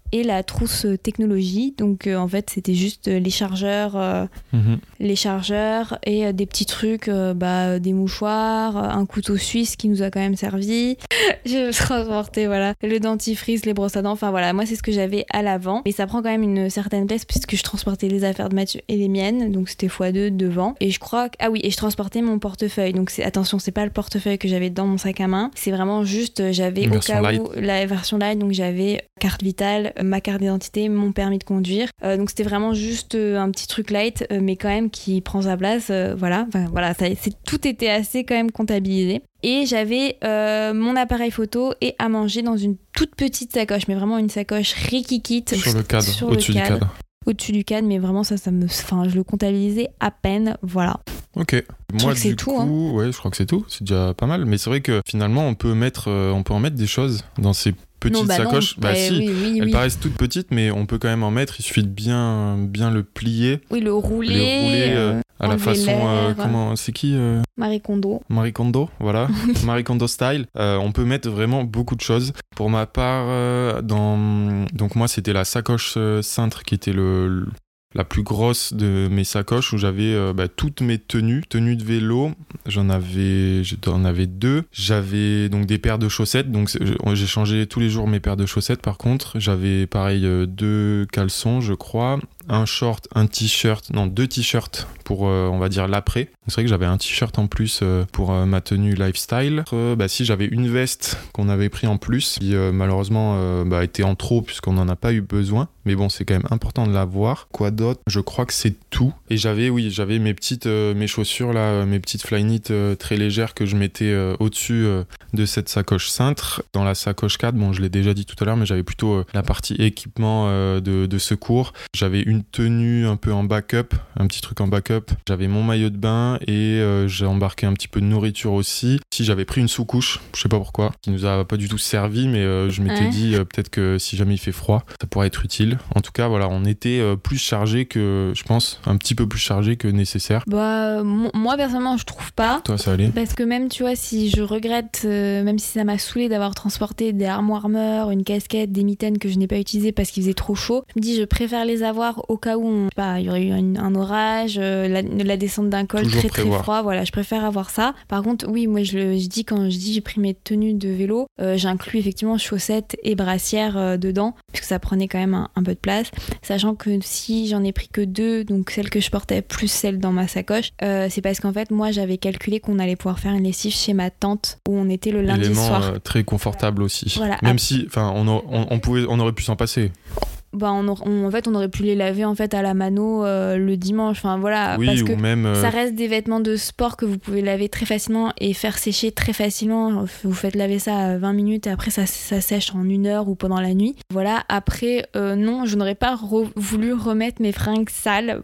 et la trousse technologie. Donc euh, en fait c'était juste les chargeurs, euh, mmh. les chargeurs et euh, des petits trucs, euh, bah, des mouchoirs, un couteau suisse qui nous a quand même servi. Je transportais voilà le dentifrice, les brosses à dents. Enfin voilà, moi c'est ce que j'avais à l'avant. Mais ça prend quand même une certaine place puisque je transportais les affaires de Mathieu et les miennes. Donc c'était fois deux devant. Et je crois que... ah oui, et je transportais mon portefeuille. Donc c'est... attention, c'est pas le portefeuille que j'avais dans mon sac à main. C'est vraiment juste, j'avais au cas light. où la version light. Donc j'avais carte vitale, ma carte d'identité, mon permis de conduire. Euh, donc c'était vraiment juste euh, un petit truc light, euh, mais quand même qui prend sa place. Euh, voilà, enfin, voilà, ça, c'est, tout était assez quand même comptabilisé. Et j'avais euh, mon appareil photo et à manger dans une toute petite sacoche, mais vraiment une sacoche rikikite. Sur le cadre, sur au-dessus le cadre, du cadre. Au-dessus du cadre, mais vraiment ça, ça me, enfin, je le comptabilisais à peine, voilà. Ok. Je Moi, que c'est du tout, coup, hein. ouais, je crois que c'est tout. C'est déjà pas mal. Mais c'est vrai que finalement, on peut mettre, euh, on peut en mettre des choses dans ces petites non, bah sacoches. Non. Bah, bah si, oui, oui, elles oui. paraissent toutes petites, mais on peut quand même en mettre. Il suffit de bien, bien le plier. Oui, le rouler. Le rouler euh, à la façon, euh, l'air. comment, c'est qui euh... Marie Kondo. Marie Kondo, voilà. Marie Kondo style. Euh, on peut mettre vraiment beaucoup de choses. Pour ma part, euh, dans, donc moi, c'était la sacoche euh, cintre qui était le, le la plus grosse de mes sacoches où j'avais euh, bah, toutes mes tenues, tenues de vélo. J'en avais, j'en avais deux. J'avais donc des paires de chaussettes. Donc j'ai changé tous les jours mes paires de chaussettes. Par contre, j'avais pareil euh, deux caleçons, je crois. Un short, un t-shirt, non deux t-shirts pour euh, on va dire l'après. C'est vrai que j'avais un t-shirt en plus euh, pour euh, ma tenue lifestyle. Euh, bah si j'avais une veste qu'on avait pris en plus qui euh, malheureusement euh, bah, était en trop puisqu'on n'en a pas eu besoin. Mais bon, c'est quand même important de l'avoir. Quoi d'autre ? Je crois que c'est tout. Et j'avais oui, j'avais mes petites euh, mes chaussures là, mes petites Flyknit euh, très légères que je mettais euh, au-dessus euh, de cette sacoche cintre. Dans la sacoche quatre, bon je l'ai déjà dit tout à l'heure, mais j'avais plutôt euh, la partie équipement euh, de, de secours. J'avais une Une tenue un peu en backup, un petit truc en backup. J'avais mon maillot de bain et euh, j'ai embarqué un petit peu de nourriture aussi. Si j'avais pris une sous-couche, je sais pas pourquoi, qui nous a pas du tout servi, mais euh, je m'étais ouais. dit euh, peut-être que si jamais il fait froid, ça pourrait être utile. En tout cas, voilà, on était euh, plus chargé que, je pense, un petit peu plus chargé que nécessaire. Bah, m- moi personnellement, je trouve pas. Toi, ça allait. Parce que même, tu vois, si je regrette, euh, même si ça m'a saoulé d'avoir transporté des armoires-meurs, une casquette, des mitaines que je n'ai pas utilisées parce qu'il faisait trop chaud, je me dis, je préfère les avoir au cas où on, pas, il y aurait eu un, un orage, euh, la, la descente d'un col Toujours très prévoir. très froid, voilà, je préfère avoir ça. Par contre, oui, moi je, le, je dis quand je dis j'ai pris mes tenues de vélo, euh, j'inclus effectivement chaussettes et brassières euh, dedans, puisque ça prenait quand même un, un peu de place, sachant que si j'en ai pris que deux, donc celle que je portais plus celle dans ma sacoche, euh, c'est parce qu'en fait moi j'avais calculé qu'on allait pouvoir faire une lessive chez ma tante où on était le lundi Élément, soir. Euh, très confortable aussi. Voilà. Même Ap- si, enfin, on, on, on pouvait, on aurait pu s'en passer. Bah on, on, en fait on aurait pu les laver en fait à la mano euh, le dimanche, enfin voilà, oui, parce ou que même, euh... ça reste des vêtements de sport que vous pouvez laver très facilement et faire sécher très facilement. Vous faites laver ça à vingt minutes et après ça, ça sèche en une heure ou pendant la nuit. Voilà, après euh, non, je n'aurais pas re- voulu remettre mes fringues sales.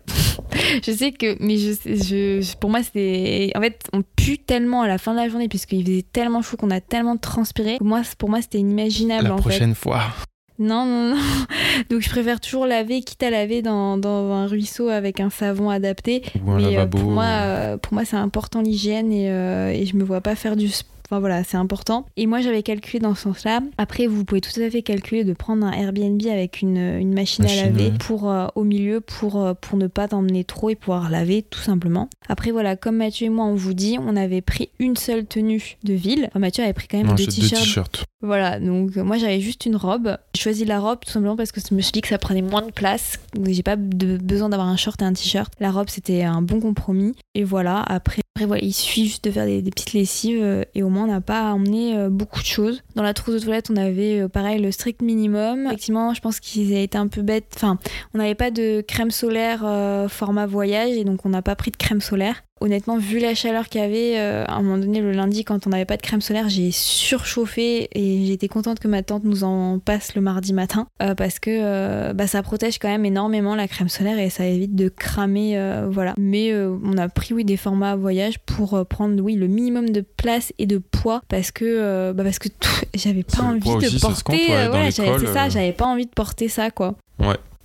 Je sais que, mais je, je, pour moi c'était, en fait on pue tellement à la fin de la journée puisqu'il faisait tellement chaud qu'on a tellement transpiré. Pour moi, pour moi c'était inimaginable la en prochaine fait. fois. Non, non, non. Donc je préfère toujours laver, quitte à laver dans, dans un ruisseau avec un savon adapté. Ou un Mais lavabo. Euh, pour, moi, euh, pour moi, c'est important l'hygiène et, euh, et je me vois pas faire du sport. Enfin voilà, c'est important. Et moi, j'avais calculé dans ce sens-là. Après, vous pouvez tout à fait calculer de prendre un Airbnb avec une, une machine, machine à laver ouais. pour, euh, au milieu pour, euh, pour ne pas t'emmener trop et pouvoir laver tout simplement. Après, voilà, comme Mathieu et moi, on vous dit, on avait pris une seule tenue de ville. Enfin, Mathieu avait pris quand même non, deux t-shirts. deux t-shirts. Voilà, donc moi, j'avais juste une robe. J'ai choisi la robe tout simplement parce que je me suis dit que ça prenait moins de place. Donc, j'ai pas de, besoin d'avoir un short et un t-shirt. La robe, c'était un bon compromis. Et voilà, après, après voilà, il suffit juste de faire des, des petites lessives euh, et au moins, on n'a pas à emmener euh, beaucoup de choses. Dans la trousse de toilette, on avait euh, pareil le strict minimum. Effectivement, je pense qu'ils avaient été un peu bêtes. Enfin, on n'avait pas de crème solaire euh, format voyage et donc on n'a pas pris de crème solaire. Honnêtement, vu la chaleur qu'il y avait, euh, à un moment donné, le lundi, quand on n'avait pas de crème solaire, j'ai surchauffé et j'ai été contente que ma tante nous en passe le mardi matin euh, parce que euh, bah, ça protège quand même énormément la crème solaire et ça évite de cramer, euh, voilà. Mais euh, on a pris, oui, des formats voyage pour euh, prendre, oui, le minimum de place et de poids parce que, euh, bah, parce que tout, j'avais pas c'est envie de aussi, porter, compte, ouais, euh, ouais, j'avais, c'est ça, euh... j'avais pas envie de porter ça, quoi. Ouais.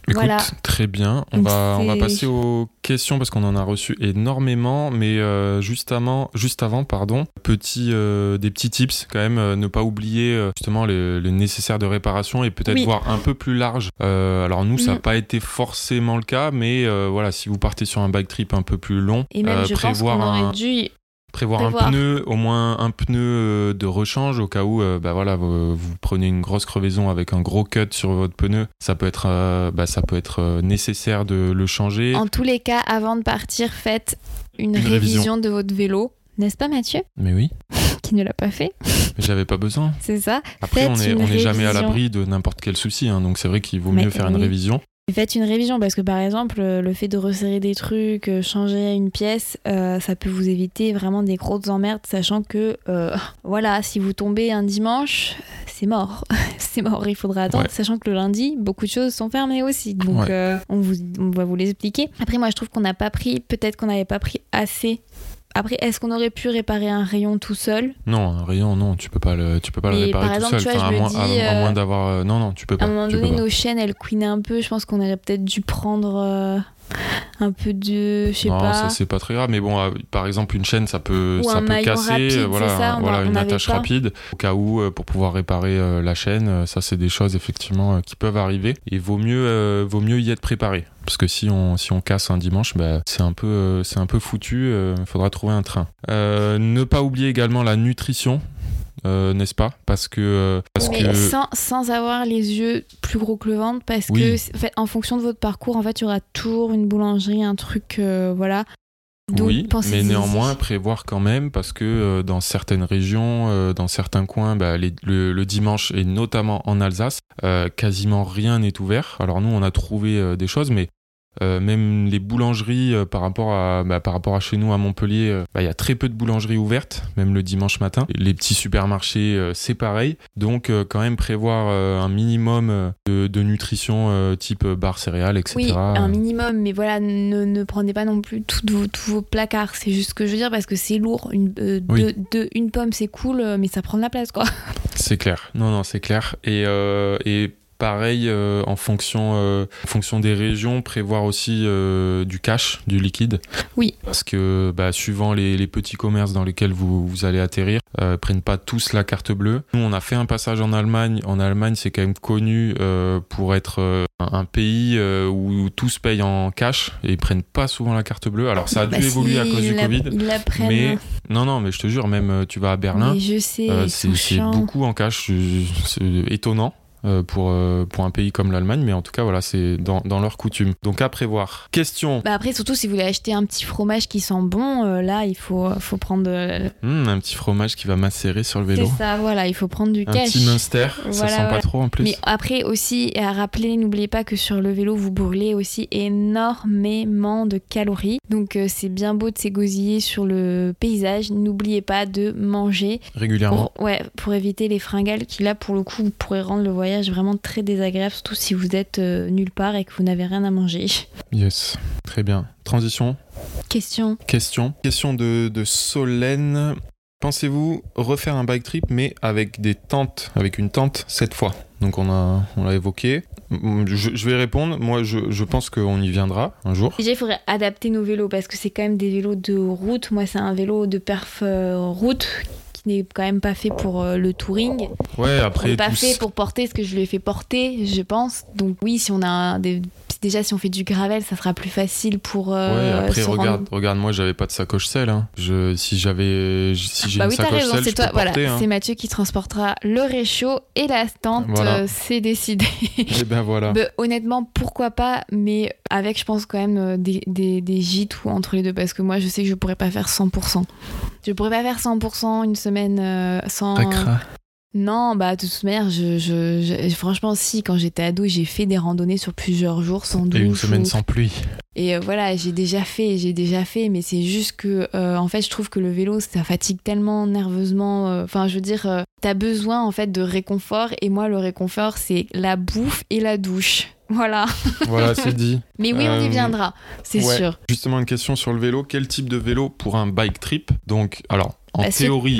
Écoute, Voilà. très bien. On Donc va, on va c'est- passer aux questions parce qu'on en a reçu énormément, mais euh, juste avant, juste avant, pardon, petit, euh, des petits tips quand même, euh, ne pas oublier euh, justement le, le nécessaire de réparation et peut-être Oui. voir un peu plus large. Euh, alors nous, ça n'a Mm. pas été forcément le cas, mais euh, voilà, si vous partez sur un bike trip un peu plus long, Et même, euh, je pense prévoir qu'on un, aurait dû. prévoir prévoir. un pneu, au moins un pneu euh, de rechange au cas où euh, bah voilà, vous, vous prenez une grosse crevaison avec un gros cut sur votre pneu, ça peut être, euh, bah, ça peut être euh, nécessaire de le changer. En tous les cas, avant de partir, faites une, Une révision. révision. de votre vélo. N'est-ce pas, Mathieu? Mais oui, Qui ne l'a pas fait. mais j'avais pas besoin. C'est ça. Après, Faites on est, une on est jamais à révision. l'abri de n'importe quel souci, hein, donc c'est vrai qu'il vaut Mais mieux faire une oui. révision. Faites une révision parce que par exemple, euh, le fait de resserrer des trucs, euh, changer une pièce, euh, ça peut vous éviter vraiment des grosses emmerdes, sachant que euh, voilà, si vous tombez un dimanche, c'est mort. C'est mort, il faudra attendre, Ouais. sachant que le lundi, beaucoup de choses sont fermées aussi. Donc Ouais. euh, on, vous, on va vous les expliquer. Après, moi je trouve qu'on n'a pas pris, peut-être qu'on n'avait pas pris assez. Après, est-ce qu'on aurait pu réparer un rayon tout seul? Non, un rayon, non, tu peux pas le, tu peux pas le Mais réparer par tout exemple, seul. tu vois, Enfin, je à, me moins, dis, à- à euh, moins d'avoir, euh, non, non, tu peux pas. À un moment tu donné, peux pas. nos chaînes, elles couinaient un peu. Je pense qu'on aurait peut-être dû prendre euh, un peu de, je sais non, pas. ça c'est pas très grave, mais bon, euh, par exemple une chaîne, ça peut, Ou ça un peut maillon casser, rapide, euh, voilà, c'est ça, on voilà, en- on une n'avait attache pas. rapide, au cas où euh, pour pouvoir réparer euh, la chaîne, euh, ça c'est des choses effectivement euh, qui peuvent arriver, et vaut mieux, euh, vaut mieux y être préparé, parce que si on, si on casse un dimanche, bah, c'est un peu, euh, c'est un peu foutu, il faudra trouver un train. Euh, ne pas oublier également la nutrition. Euh, n'est-ce pas? Parce que euh, parce Mais que sans, sans avoir les yeux plus gros que le ventre, parce Oui. que c'est- en, fait, en fonction de votre parcours, en fait, il y aura toujours une boulangerie, un truc, euh, voilà. Donc, oui, pensez-y. mais néanmoins prévoir quand même parce que euh, dans certaines régions, euh, dans certains coins, bah, les- le, le dimanche et notamment en Alsace, euh, quasiment rien n'est ouvert. Alors nous, on a trouvé euh, des choses, mais euh, même les boulangeries euh, par rapport à bah, par rapport à chez nous à Montpellier, euh, bah, il y a très peu de boulangeries ouvertes, même le dimanche matin. Les petits supermarchés, euh, c'est pareil. Donc euh, quand même prévoir euh, un minimum euh, de, de nutrition euh, type euh, barres céréales, et cetera. Oui, un minimum, mais voilà, ne, ne prenez pas non plus tous vos, tous vos placards. C'est juste ce que je veux dire parce que c'est lourd. Une, euh, Oui. deux- deux- une pomme, c'est cool, euh, mais ça prend de la place, quoi. C'est clair. Non, non, c'est clair. Et, euh, et pareil, euh, en, fonction, euh, en fonction des régions, prévoir aussi euh, du cash, du liquide. Oui. Parce que bah, suivant les, les petits commerces dans lesquels vous, vous allez atterrir, euh, prennent pas tous la carte bleue. Nous, on a fait un passage en Allemagne. En Allemagne, c'est quand même connu euh, pour être euh, un, un pays euh, où tout se paye en cash et ils prennent pas souvent la carte bleue. Alors, ça a dû Bah, si, évoluer à cause ils du la- Covid. Ils la prennent. Mais non, non, mais je te jure, même euh, tu vas à Berlin. Mais je sais, Euh, ils c'est sont c'est chiants. beaucoup en cash, je- c'est étonnant euh, pour, euh, pour un pays comme l'Allemagne, mais en tout cas, voilà, c'est dans, dans leur coutume. Donc à prévoir. Question. Bah après, surtout si vous voulez acheter un petit fromage qui sent bon, euh, là, il faut, faut prendre. euh, Hmm, un petit fromage qui va macérer sur le c'est vélo. ça, voilà, il faut prendre du Un cash. petit Munster, ça Voilà, sent pas voilà. trop en plus. Mais après aussi, à rappeler, n'oubliez pas que sur le vélo, vous brûlez aussi énormément de calories. Donc euh, c'est bien beau de s'égosiller sur le paysage. N'oubliez pas de manger Régulièrement. pour, ouais, pour éviter les fringales qui, là, pour le coup, pourraient rendre le voyage vraiment très désagréable, surtout si vous êtes euh, nulle part et que vous n'avez rien à manger. Yes, très bien. Transition. Question. Question. Question de, de Solène. Pensez-vous refaire un bike trip, mais avec des tentes, avec une tente cette fois? Donc on a, on l'a évoqué. Je, je vais répondre. Moi, je, je pense qu'on y viendra un jour. Déjà, il faudrait adapter nos vélos parce que c'est quand même des vélos de route. Moi, c'est un vélo de perf euh, route qui n'est quand même pas fait pour euh, le touring. Ouais, Il après n'est pas tout fait pour porter ce que je lui ai fait porter, je pense. Donc oui, si on a un- des... déjà si on fait du gravel, ça sera plus facile pour Ouais, euh, après se regarde, rendre... regarde, moi j'avais pas de sacoche selle. Hein. Je, si j'avais, si j'ai Bah une oui, t'as sacoche raison, selle, c'est je toi. peux Voilà, porter. Hein. c'est Mathieu qui transportera le réchaud et la tente. Voilà. euh, c'est décidé. Et ben voilà. Bah, honnêtement, pourquoi pas, mais avec, je pense, quand même euh, des, des, des gîtes ou entre les deux, parce que moi, je sais que je pourrais pas faire cent pour cent. Je pourrais pas faire cent pour cent une semaine euh, sans... Racra. Non, bah de toute manière, je, je, je- franchement, si, quand j'étais ado, j'ai fait des randonnées sur plusieurs jours sans douche. Et une semaine ou- sans pluie. Et euh, voilà, j'ai déjà fait, j'ai déjà fait, mais c'est juste que, euh, en fait, je trouve que le vélo, ça fatigue tellement nerveusement. euh, Enfin, je veux dire, euh, t'as besoin, en fait, de réconfort, et moi, le réconfort, c'est la bouffe et la douche. Voilà. Voilà, c'est dit. Mais oui, on y Euh, viendra, c'est ouais. sûr. Justement, une question sur le vélo. Quel type de vélo pour un bike trip? Donc, alors, en Bah, c'est- théorie,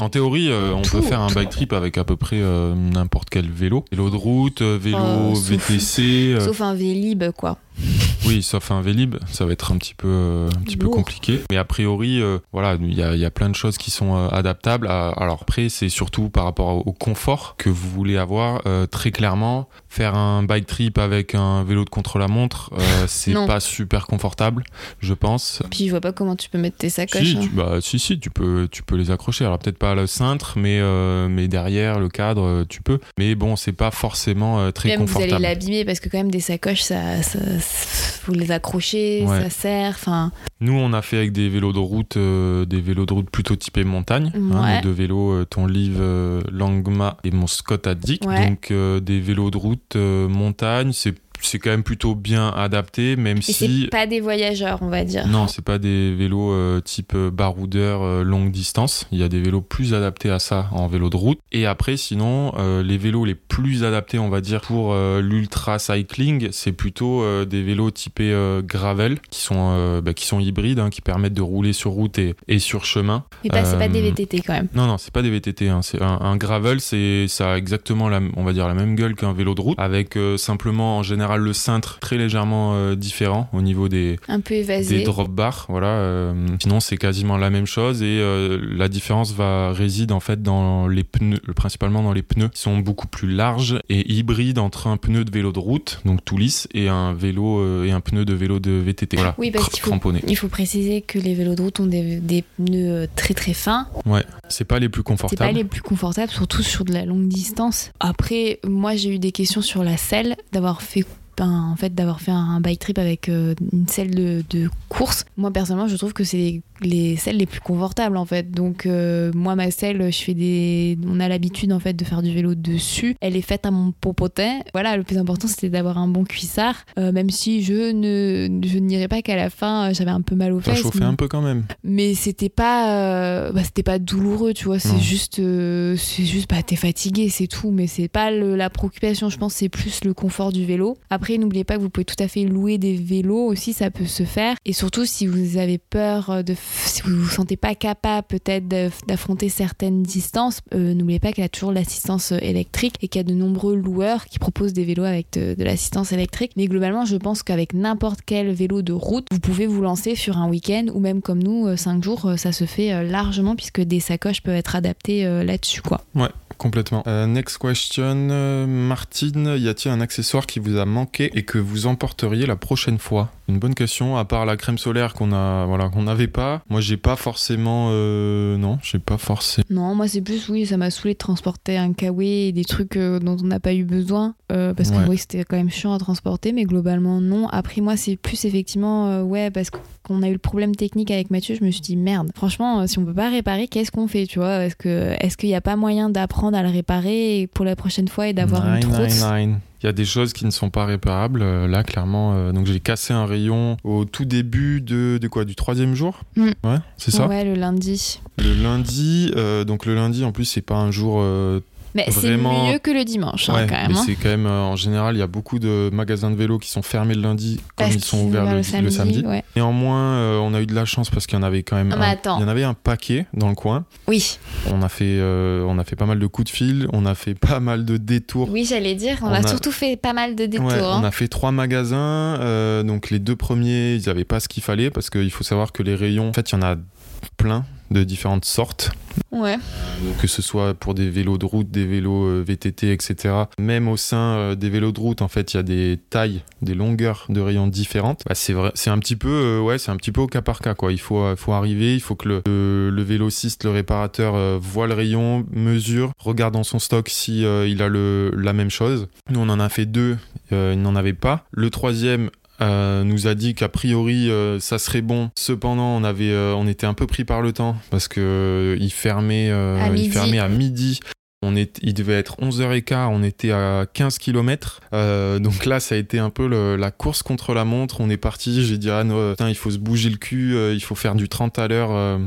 En théorie, euh, on Tout. peut faire un bike trip avec à peu près euh, n'importe quel vélo. Vélo de route, euh, vélo Oh, V T C. euh, Sauf un Vélib, quoi. Oui, sauf un Vélib, ça va être un petit peu, euh, un petit peu Lourd. compliqué. Mais a priori, euh, voilà, il y a, il y a plein de choses qui sont euh, adaptables. À- alors après, c'est surtout par rapport au, au confort que vous voulez avoir. Euh, très clairement, faire un bike trip avec un vélo de contre-la-montre, euh, c'est Non. pas super confortable, je pense. Puis je vois pas comment tu peux mettre tes sacoches. Si, hein. tu, bah, si, si, tu peux, tu peux les accrocher. Alors peut-être pas le cintre, mais, euh, mais derrière le cadre, euh, tu peux. Mais bon, c'est pas forcément euh, très Même vous confortable. allez l'abîmer parce que quand même des sacoches, ça, ça, faut les accrocher, Ouais. ça sert. Enfin, Nous, on a fait avec des vélos de route, euh, des vélos de route plutôt typés montagne. Hein, Ouais. nos deux vélos, euh, ton Liv euh, Langma et mon Scott Addict. Ouais. Donc euh, des vélos de route euh, montagne, c'est c'est quand même plutôt bien adapté, même et si c'est pas des voyageurs, on va dire. non, c'est pas des vélos euh, type euh, baroudeur euh, longue distance. Il y a des vélos plus adaptés à ça en vélo de route. Et après, sinon, euh, les vélos les plus adaptés, on va dire, pour euh, l'ultra cycling, c'est plutôt euh, des vélos typés euh, gravel, qui sont, euh, bah, qui sont hybrides, hein, qui permettent de rouler sur route et, et sur chemin. Mais pas, c'est pas des Euh, V T T quand même. Non, non, c'est pas des V T T. Hein. C'est un, un gravel, c'est ça a exactement la, on va dire la même gueule qu'un vélo de route, avec euh, simplement en général le cintre très légèrement euh, différent au niveau des Un peu des évasé. drop bars, voilà. Euh, sinon, c'est quasiment la même chose et euh, la différence va réside en fait dans les pneus, principalement dans les pneus qui sont beaucoup plus larges et hybrides entre un pneu de vélo de route, donc tout lisse, et un vélo euh, et un pneu de vélo de V T T. Voilà, Oui, parce cr- qu'il faut, cramponné. il faut préciser que les vélos de route ont des, des pneus euh, très très fins. Ouais, c'est pas les plus C'est pas confortables. les plus confortables, surtout sur de la longue distance. Après, moi j'ai eu des questions sur la selle, d'avoir fait ben, en fait d'avoir fait un bike trip avec euh, une selle de, de course. Moi personnellement, je trouve que c'est les, les selles les plus confortables en fait. Donc euh, moi ma selle, je fais des, on a l'habitude en fait de faire du vélo dessus. Elle est faite à mon popotin. Voilà, le plus important c'était d'avoir un bon cuissard. Euh, même si je ne, je n'irai pas qu'à la fin, euh, j'avais un peu mal aux Ça fesses. chauffait mais- un peu quand même. mais c'était pas euh, bah, c'était pas douloureux, tu vois, c'est Non. juste euh, c'est juste bah t'es fatigué, c'est tout, mais c'est pas le- la préoccupation, je pense, c'est plus le confort du vélo. Après, n'oubliez pas que vous pouvez tout à fait louer des vélos aussi, ça peut se faire, et surtout si vous avez peur de si vous vous sentez pas capable peut-être de- d'affronter certaines distances, euh, n'oubliez pas qu'il y a toujours l'assistance électrique et qu'il y a de nombreux loueurs qui proposent des vélos avec de, de l'assistance électrique. Mais globalement, je pense qu'avec n'importe quel vélo de route, vous pouvez vous lancer sur un week-end ou même comme nous, cinq jours, euh, ça se fait euh, largement puisque des sacoches peuvent être adaptées euh, là-dessus, quoi. Complètement. Euh, next question, euh, Martine, y a-t-il un accessoire qui vous a manqué et que vous emporteriez la prochaine fois? Une bonne question. À part la crème solaire qu'on a, voilà, qu'on n'avait pas. Moi, j'ai pas forcément, euh, non, j'ai pas forcément. Non, moi c'est plus, oui, ça m'a saoulé de transporter un kawaii et des trucs euh, dont on n'a pas eu besoin euh, parce que Ouais. oui, c'était quand même chiant à transporter, mais globalement non. Après moi c'est plus effectivement, euh, ouais, parce qu'on a eu le problème technique avec Mathieu, je me suis dit merde, franchement, euh, si on peut pas réparer, qu'est-ce qu'on fait, tu vois? Est-ce que, est-ce qu'il n'y a pas moyen d'apprendre à le réparer pour la prochaine fois et d'avoir une Nine, trousse? nine, nine. Il y a des choses qui ne sont pas réparables. euh, là, clairement, euh, donc j'ai cassé un rayon au tout début de, de quoi, du troisième jour. Mm. Ouais, c'est ça. Ouais, le lundi. Le lundi, euh, donc le lundi, en plus, c'est pas un jour. euh, Mais Vraiment- c'est mieux que le dimanche, hein, ouais, quand même. mais hein. c'est quand même euh, en général, il y a beaucoup de magasins de vélos qui sont fermés le lundi, comme Parce ils sont qu'ils ouverts le, le samedi. ouais. Néanmoins, euh, on a eu de la chance parce qu'il y en avait quand même. Ah, mais un, attends. il y en avait un paquet dans le coin. Oui, On a fait, euh, on a fait pas mal de coups de fil, on a fait pas mal de détours. oui, j'allais dire, on, On a, a- surtout fait pas mal de détours. Ouais, hein. on a fait trois magasins. euh, donc les deux premiers, ils n'avaient pas ce qu'il fallait parce qu'il faut savoir que les rayons, en fait, il y en a plein de différentes sortes. Ouais. Donc, que ce soit pour des vélos de route, des vélos euh, V T T, et cetera. Même au sein euh, des vélos de route, en fait, il y a des tailles, des longueurs de rayons différentes. Bah, c'est vrai, c'est un petit peu, euh, ouais, c'est un petit peu au cas par cas, quoi. Il faut, euh, faut arriver, il faut que le, le, le vélociste, le réparateur, euh, voit le rayon, mesure, regarde dans son stock si euh, il a le, la même chose. Nous, on en a fait deux, euh, il n'en avait pas. Le troisième, Euh, nous a dit qu'a priori euh, ça serait bon. Cependant, on avait, euh, on était un peu pris par le temps parce que euh, il fermait, euh, À il midi. fermait à midi. On est, il devait être onze heures quinze, on était à quinze kilomètres. Euh, donc là, ça a été un peu le, la course contre la montre. On est parti, j'ai dit, ah non, putain, il faut se bouger le cul, euh, il faut faire du trente à l'heure. Euh,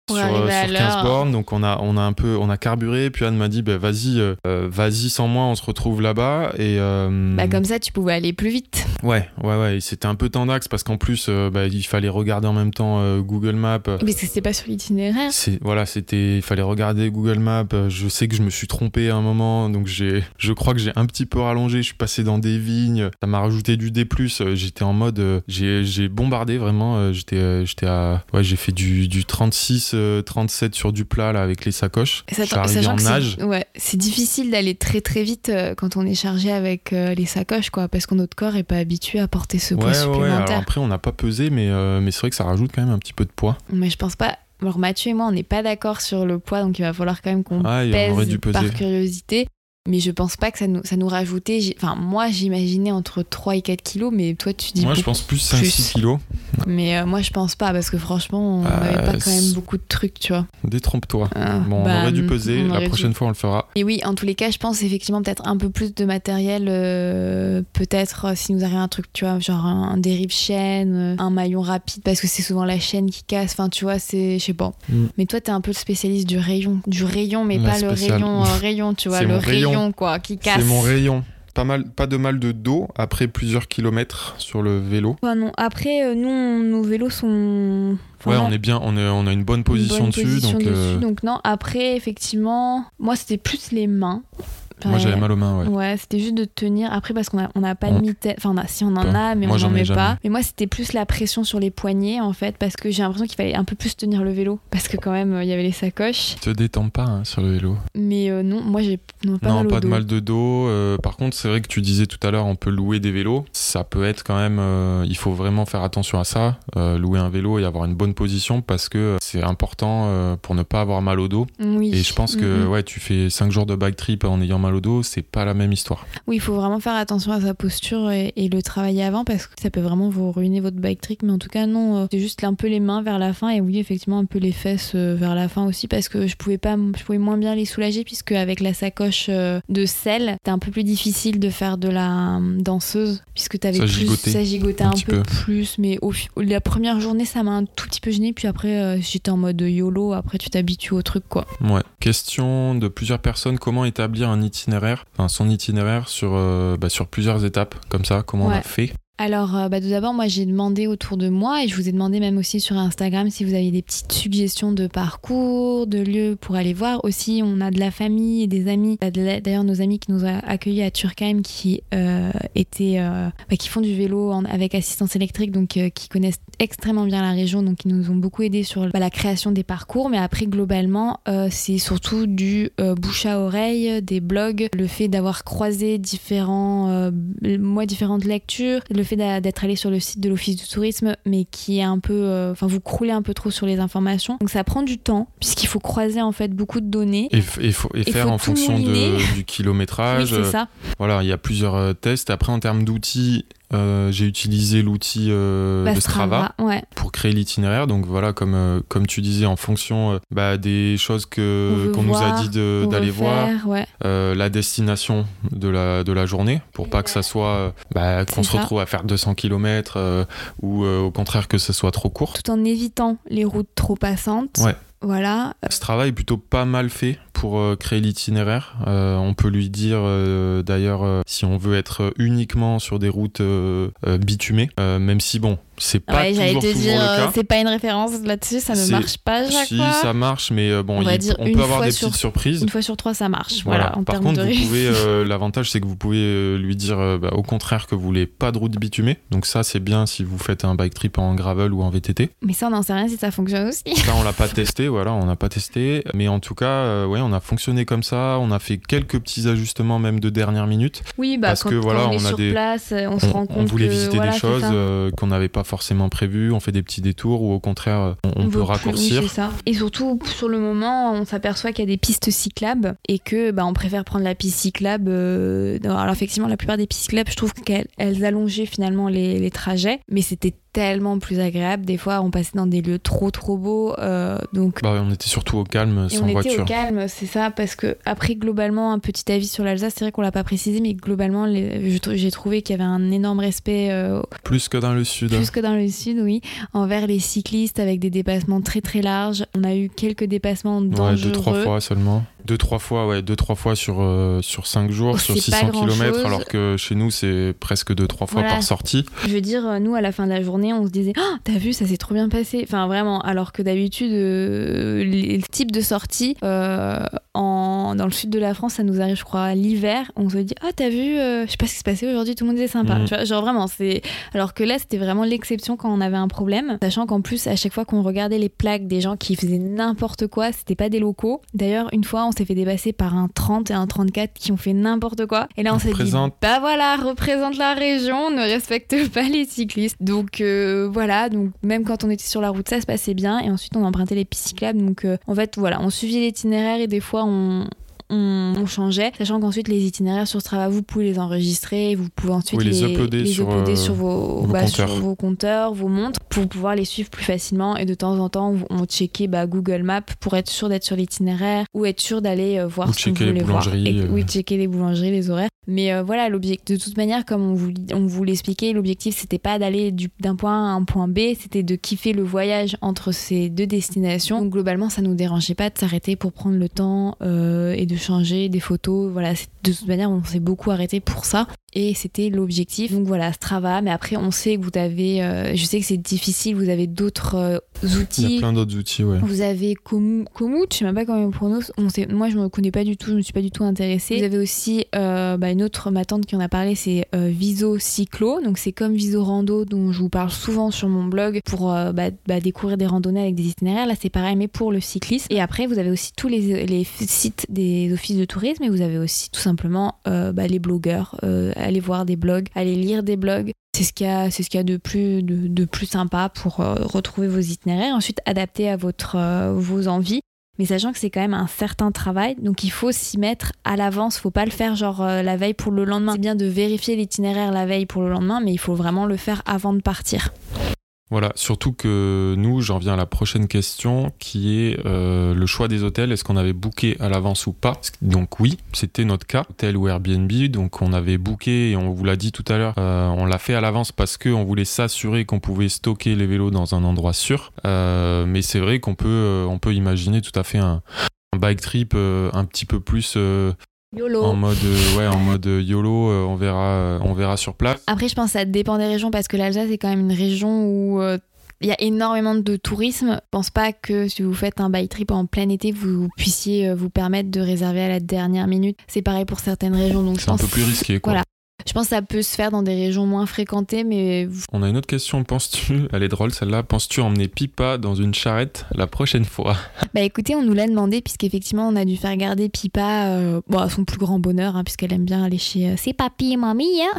Pour sur, arriver euh, à sur l'heure. quinze bornes. Donc on a, on a un peu on a carburé. Puis Anne m'a dit bah, vas-y, euh, vas-y sans moi, on se retrouve là-bas. Et, euh, Bah, comme ça, tu pouvais aller plus vite. Ouais, ouais, ouais. Et c'était un peu tendax parce qu'en plus, euh, bah, il fallait regarder en même temps euh, Google Maps. Parce que c'était pas sur l'itinéraire. C'est, voilà, c'était, il fallait regarder Google Maps. Je sais que je me suis trompé à un moment, donc j'ai, je crois que j'ai un petit peu rallongé. Je suis passé dans des vignes. Ça m'a rajouté du D plus. J'étais en mode, euh, j'ai, j'ai bombardé vraiment. Euh, j'étais, euh, j'étais à, ouais, j'ai fait du, du trente-six, euh, trente-sept sur du plat là avec les sacoches. Ça, je suis arrivé sachant en que nage. c'est, ouais, c'est difficile d'aller très très vite euh, quand on est chargé avec euh, les sacoches, quoi, parce que notre corps est pas habitué à porter ce poids Ouais, ouais, ouais. supplémentaire. Alors après, on n'a pas pesé, mais, euh, mais c'est vrai que ça rajoute quand même un petit peu de poids. Mais je pense pas. Alors Mathieu et moi, on n'est pas d'accord sur le poids, donc il va falloir quand même qu'on Ah, et on pèse aurait dû peser. par curiosité. Mais je pense pas que ça nous, ça nous rajoutait. j'ai- Enfin, moi, j'imaginais entre trois et quatre kilos, mais toi, tu dis Moi, je beaucoup pense plus cinq six kilos. Mais euh, moi, je pense pas, parce que franchement, on Euh, n'avait pas quand même c'est- beaucoup de trucs, tu vois. Détrompe-toi. Euh, Bon, bah, on aurait dû peser. on La aurait prochaine dû. fois, on le fera. Et oui, en tous les cas, je pense effectivement peut-être un peu plus de matériel, euh, peut-être euh, si nous arrive un truc, tu vois, genre un, un dérive chaîne, euh, un maillon rapide, parce que c'est souvent la chaîne qui casse, enfin tu vois, c'est, je sais pas. Mm. Mais toi, t'es un peu le spécialiste du rayon, du rayon, mais La pas le spéciale. rayon, euh, rayon, tu vois, C'est le mon rayon, rayon. quoi, qui casse. C'est mon rayon. Pas, mal, pas de mal de dos après plusieurs kilomètres sur le vélo. Ouais, non. Après, euh, nous, on- nos vélos sont. Enfin, Ouais, non, on est bien, on, est, on a une bonne une position bonne dessus. position donc, dessus, euh, donc non. Après, effectivement, moi, c'était plus les mains. moi, Ouais. j'avais mal aux mains. Ouais. Ouais, c'était juste de tenir. Après, parce qu'on a, on a pas On- de mitaine. Enfin, on a, si on en Pas. a, mais Moi, on j'en n'en ai met jamais. pas. Mais moi, c'était plus la pression sur les poignets, en fait, parce que j'ai l'impression qu'il fallait un peu plus tenir le vélo. Parce que, quand même, euh, il y avait les sacoches. Te détends pas hein, sur le vélo. Mais euh, non, moi, j'ai non, pas non, mal au pas de dos. mal de dos. Euh, par contre, c'est vrai que tu disais tout à l'heure, on peut louer des vélos. Ça peut être quand même. euh, il faut vraiment faire attention à ça. Euh, louer un vélo et avoir une bonne position parce que c'est important euh, pour ne pas avoir mal au dos. Oui. Et je pense que Mhm. ouais, tu fais cinq jours de bike trip en ayant mal au dos, c'est pas la même histoire. Oui, il faut vraiment faire attention à sa posture et, et le travailler avant parce que ça peut vraiment vous ruiner votre bike trick. Mais en tout cas, non, euh, c'est juste un peu les mains vers la fin et oui, effectivement, un peu les fesses euh, vers la fin aussi parce que je pouvais pas, je pouvais moins bien les soulager puisque avec la sacoche euh, de selle, c'était un peu plus difficile de faire de la euh, danseuse puisque t'avais Ça plus, gigotait ça gigotait un un, petit peu, peu. plus. Mais au, fi- la première journée, ça m'a un tout petit peu gêné. Puis après, euh, j'étais en mode YOLO. Après, tu t'habitues au truc, quoi. Ouais. Question de plusieurs personnes, comment établir un itinéraire, enfin son itinéraire sur, euh, bah, sur plusieurs étapes, comme ça, comment on Ouais. a fait. Alors, euh, bah, tout d'abord, moi, j'ai demandé autour de moi et je vous ai demandé même aussi sur Instagram si vous aviez des petites suggestions de parcours, de lieux pour aller voir. Aussi, on a de la famille et des amis. D'ailleurs, nos amis qui nous ont accueillis à Turkheim qui euh, étaient, euh, bah, qui font du vélo en- avec assistance électrique, donc euh, qui connaissent extrêmement bien la région, donc qui nous ont beaucoup aidés sur bah, la création des parcours. Mais après, globalement, euh, c'est surtout du euh, bouche à oreille, des blogs, le fait d'avoir croisé différents, euh, moi, différentes lectures, le fait d'a- d'être allé sur le site de l'Office du tourisme, mais qui est un peu, euh, enfin, vous croulez un peu trop sur les informations. Donc ça prend du temps, puisqu'il faut croiser en fait beaucoup de données. Et, f- et, faut- et Et faire faut en tout fonction mouliner. de, du Oui, kilométrage. c'est ça. Voilà, il y a plusieurs euh, tests. Après, en termes d'outils, euh, j'ai utilisé l'outil euh, Bah, de Strava ouais. pour créer l'itinéraire. Donc voilà, comme, euh, comme tu disais, en fonction euh, bah, des choses On que, veut qu'on nous a voir, dit de- On d'aller veut voir, faire, ouais. euh, la destination de la, de la journée, pour pas que ça soit euh, bah, qu'on C'est se ça. retrouve à faire deux cents kilomètres euh, ou euh, au contraire que ce soit trop court. Tout en évitant les routes trop passantes. Ouais. Voilà. Ce travail est plutôt pas mal fait pour euh, créer l'itinéraire. Euh, on peut lui dire euh, d'ailleurs euh, si on veut être uniquement sur des routes euh, euh, bitumées, euh, même si bon, c'est pas Ouais, j'allais toujours, te toujours dire, le euh, cas. c'est pas une référence là-dessus, ça ne C'est- marche pas à chaque Si, fois. ça marche, mais euh, bon, On va il- dire on une peut avoir fois des sur- petites surprises. Une fois sur trois, ça marche. Voilà, en Par termes contre, de vous réussite. pouvez, euh, l'avantage, c'est que vous pouvez euh, lui dire euh, bah, au contraire que vous voulez pas de route bitumée. Donc ça, c'est bien si vous faites un bike trip en gravel ou en V T T. Mais ça, on n'en sait rien si ça fonctionne aussi. Ça, on l'a pas testé, voilà, on n'a pas testé. Mais en tout cas, euh, ouais, on a fonctionné comme ça. On a fait quelques petits ajustements, même de dernière minute. Oui, bah Parce quand, que, voilà, quand on est on a sur des- place, on, se On, rend on compte voulait que, visiter voilà, des c'est choses ça. euh, qu'on n'avait pas forcément prévues. On fait des petits détours ou au contraire, on, on On peut veut plus- raccourcir. oui, c'est ça. Et surtout, sur le moment, on s'aperçoit qu'il y a des pistes cyclables et que bah, on préfère prendre la piste cyclable. euh, Alors effectivement, la plupart des pistes cyclables, je trouve qu'elles elles allongeaient finalement les, les trajets, mais c'était tellement plus agréable. Des fois, on passait dans des lieux trop trop beaux. Euh, donc... Bah, on était surtout au calme, et sans on voiture. était au calme, c'est ça. Parce que, après, globalement, un petit avis sur l'Alsace, c'est vrai qu'on l'a pas précisé, mais globalement, les... je, j'ai trouvé qu'il y avait un énorme respect. Euh... Plus que dans le sud. Plus que dans le sud, oui. Envers les cyclistes, avec des dépassements très très larges. On a eu quelques dépassements dangereux. Ouais, deux, trois fois seulement. Deux, trois fois, ouais, deux, trois fois sur, euh, sur cinq jours, oh, sur six cents kilomètres, alors que chez nous, c'est presque deux, trois fois voilà. par sortie. Je veux dire, nous, à la fin de la journée, on se disait oh, « T'as vu, ça s'est trop bien passé !» Enfin, vraiment, alors que d'habitude, euh, les types de sorties, euh, en... dans le sud de la France, ça nous arrive, je crois, l'hiver, on se dit « Oh, t'as vu, euh, je sais pas ce qui se passait aujourd'hui, tout le monde était sympa. Mmh. » Tu vois, genre vraiment, c'est... Alors que là, c'était vraiment l'exception quand on avait un problème, sachant qu'en plus, à chaque fois qu'on regardait les plaques des gens qui faisaient n'importe quoi, c'était pas des locaux. D'ailleurs, une fois, on s'est fait dépasser par un trente et un trente-quatre qui ont fait n'importe quoi. Et là, on, on s'est représente... dit, bah voilà, représente la région, ne respecte pas les cyclistes. Donc euh, voilà, donc même quand on était sur la route, ça se passait bien. Et ensuite, on empruntait les pistes cyclables. Donc euh, en fait, voilà, on suivait l'itinéraire et des fois, on... On, on changeait, sachant qu'ensuite les itinéraires sur Strava, vous pouvez les enregistrer, vous pouvez ensuite oui, les, les uploader, les sur, uploader euh, sur, vos, vos, bah, compteurs. sur vos compteurs, vos montres, pour pouvoir les suivre plus facilement. Et de temps en temps, on checkait bah, Google Maps pour être sûr d'être sur l'itinéraire ou être sûr d'aller euh, voir ou ce qu'on voulait voir. Et, euh... Oui, checker les boulangeries, les horaires. Mais euh, voilà, l'objectif, de toute manière, comme on vous, on vous l'expliquait, l'objectif c'était pas d'aller du, d'un point A à un point B, c'était de kiffer le voyage entre ces deux destinations. Donc globalement, ça nous dérangeait pas de s'arrêter pour prendre le temps euh, et de changer des photos. Voilà, c'est, de toute manière, on s'est beaucoup arrêté pour ça. Et c'était l'objectif. Donc voilà, Strava. Mais après, on sait que vous avez... Euh, je sais que c'est difficile, vous avez d'autres euh, outils. Il y a plein d'autres outils, ouais. Vous avez Komoot, Komoot, je sais même pas comment on prononce. On sait, moi, je me connais pas du tout, je me suis pas du tout intéressée. Vous avez aussi euh, bah, une autre, ma tante qui en a parlé, c'est euh, Viso Cyclo. Donc c'est comme Viso Rando, dont je vous parle souvent sur mon blog pour euh, bah, bah, découvrir des randonnées avec des itinéraires. Là, c'est pareil, mais pour le cyclisme. Et après, vous avez aussi tous les, les sites des offices de tourisme, et vous avez aussi tout simplement euh, bah, les blogueurs. Euh, aller voir des blogs, aller lire des blogs. C'est ce qu'il y a, c'est ce qu'il y a de plus, de, de plus sympa pour euh, retrouver vos itinéraires. Ensuite, adapter à votre, euh, vos envies. Mais sachant que c'est quand même un certain travail, donc il faut s'y mettre à l'avance. Faut pas le faire genre euh, la veille pour le lendemain. C'est bien de vérifier l'itinéraire la veille pour le lendemain, mais il faut vraiment le faire avant de partir. Voilà, surtout que nous, j'en viens à la prochaine question qui est euh, le choix des hôtels. Est-ce qu'on avait booké à l'avance ou pas ? Donc oui, c'était notre cas, hôtel ou Airbnb. Donc on avait booké et on vous l'a dit tout à l'heure, euh, on l'a fait à l'avance parce qu'on voulait s'assurer qu'on pouvait stocker les vélos dans un endroit sûr. Euh, mais c'est vrai qu'on peut, euh, on peut imaginer tout à fait un, un bike trip euh, un petit peu plus... Euh, YOLO. En mode, euh, ouais, en mode YOLO, euh, on, verra, euh, on verra sur place. Après, je pense que ça dépend des régions parce que l'Alsace est quand même une région où il euh, y a énormément de tourisme. Je pense pas que si vous faites un bike trip en plein été, vous puissiez euh, vous permettre de réserver à la dernière minute. C'est pareil pour certaines régions. Donc c'est je pense, un peu plus risqué, quoi. Voilà. Je pense que ça peut se faire dans des régions moins fréquentées, mais... On a une autre question, penses-tu, elle est drôle celle-là, penses-tu emmener Pipa dans une charrette la prochaine fois ? Bah écoutez, on nous l'a demandé, puisqu'effectivement on a dû faire garder Pipa, euh, bon, à son plus grand bonheur, hein, puisqu'elle aime bien aller chez euh, ses papis et mamie. Hein.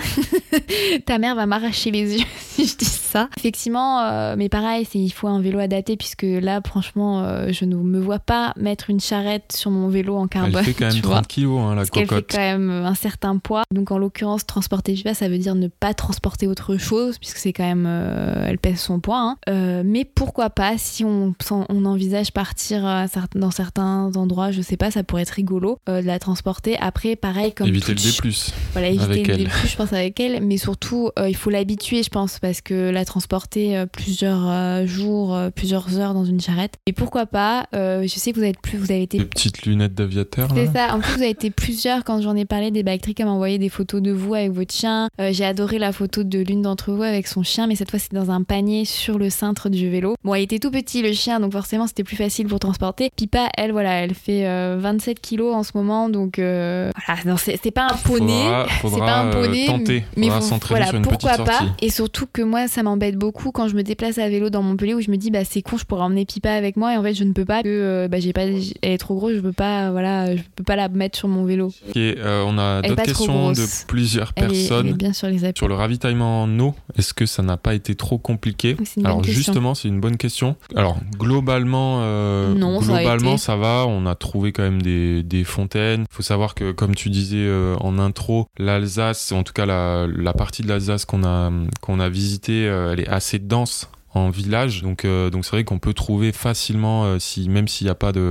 Ta mère va m'arracher les yeux si je dis ça. Effectivement, euh, mais pareil, c'est, il faut un vélo adapté, puisque là, franchement, euh, je ne me vois pas mettre une charrette sur mon vélo en carbone. Elle fait quand même trente kilos, hein, la parce cocotte. Qu'elle fait quand même un certain poids. Donc en l'occurrence, transporter Pipa, ça veut dire ne pas transporter autre chose, puisque c'est quand même, euh, elle pèse son poids. Hein. Euh, mais pourquoi pas, si on, on envisage partir à certains, dans certains endroits, je sais pas, ça pourrait être rigolo euh, de la transporter. Après, pareil, comme éviter tout, le D plus. Voilà, éviter avec le elle. D plus, je pense, avec elle. Mais surtout, euh, il faut l'habituer, je pense, parce que la transporter euh, plusieurs euh, jours, euh, plusieurs heures dans une charrette. Et pourquoi pas, euh, je sais que vous avez, plus, vous avez été... Des petites lunettes d'aviateur, C'est là. ça. En plus, vous avez été plusieurs quand j'en ai parlé des bike-trips à m'envoyer des photos de vous avec votre chien. Euh, j'ai adoré la photo de l'une d'entre vous avec son chien, mais cette fois, c'est dans un panier sur le cintre du vélo. Bon, il était tout petit, le chien, donc forcément, c'était plus facile pour transporter. Pipa, elle, voilà, elle fait euh, vingt-sept kilos en ce moment, donc euh, voilà, non, c'est, c'est pas un poney. Faudra, faudra c'est pas un poney, euh, tenter. mais faudra vous, s'entraîner voilà, sur une pourquoi petite pas. sortie. Et surtout que moi, ça m'embête beaucoup quand je me déplace à vélo dans Montpellier, où je me dis, bah, c'est con, je pourrais emmener Pipa avec moi, et en fait, je ne peux pas, que euh, bah, j'ai pas, elle est trop grosse, je peux pas, voilà, je peux pas la mettre sur mon vélo. Ok, euh, on a Elle est d'autres pas trop questions grosse. de plusieurs première Elle est, personne elle est bien sur les applis. sur le ravitaillement en eau. Est-ce que ça n'a pas été trop compliqué? C'est une Alors bonne question. justement, c'est une bonne question. Alors globalement, euh, Non, ça a globalement été. ça va. On a trouvé quand même des, des fontaines. Il faut savoir que, comme tu disais euh, en intro, l'Alsace, en tout cas la, la partie de l'Alsace qu'on a, qu'on a visitée, euh, elle est assez dense en village, donc euh, donc c'est vrai qu'on peut trouver facilement, euh, si même s'il n'y a pas de,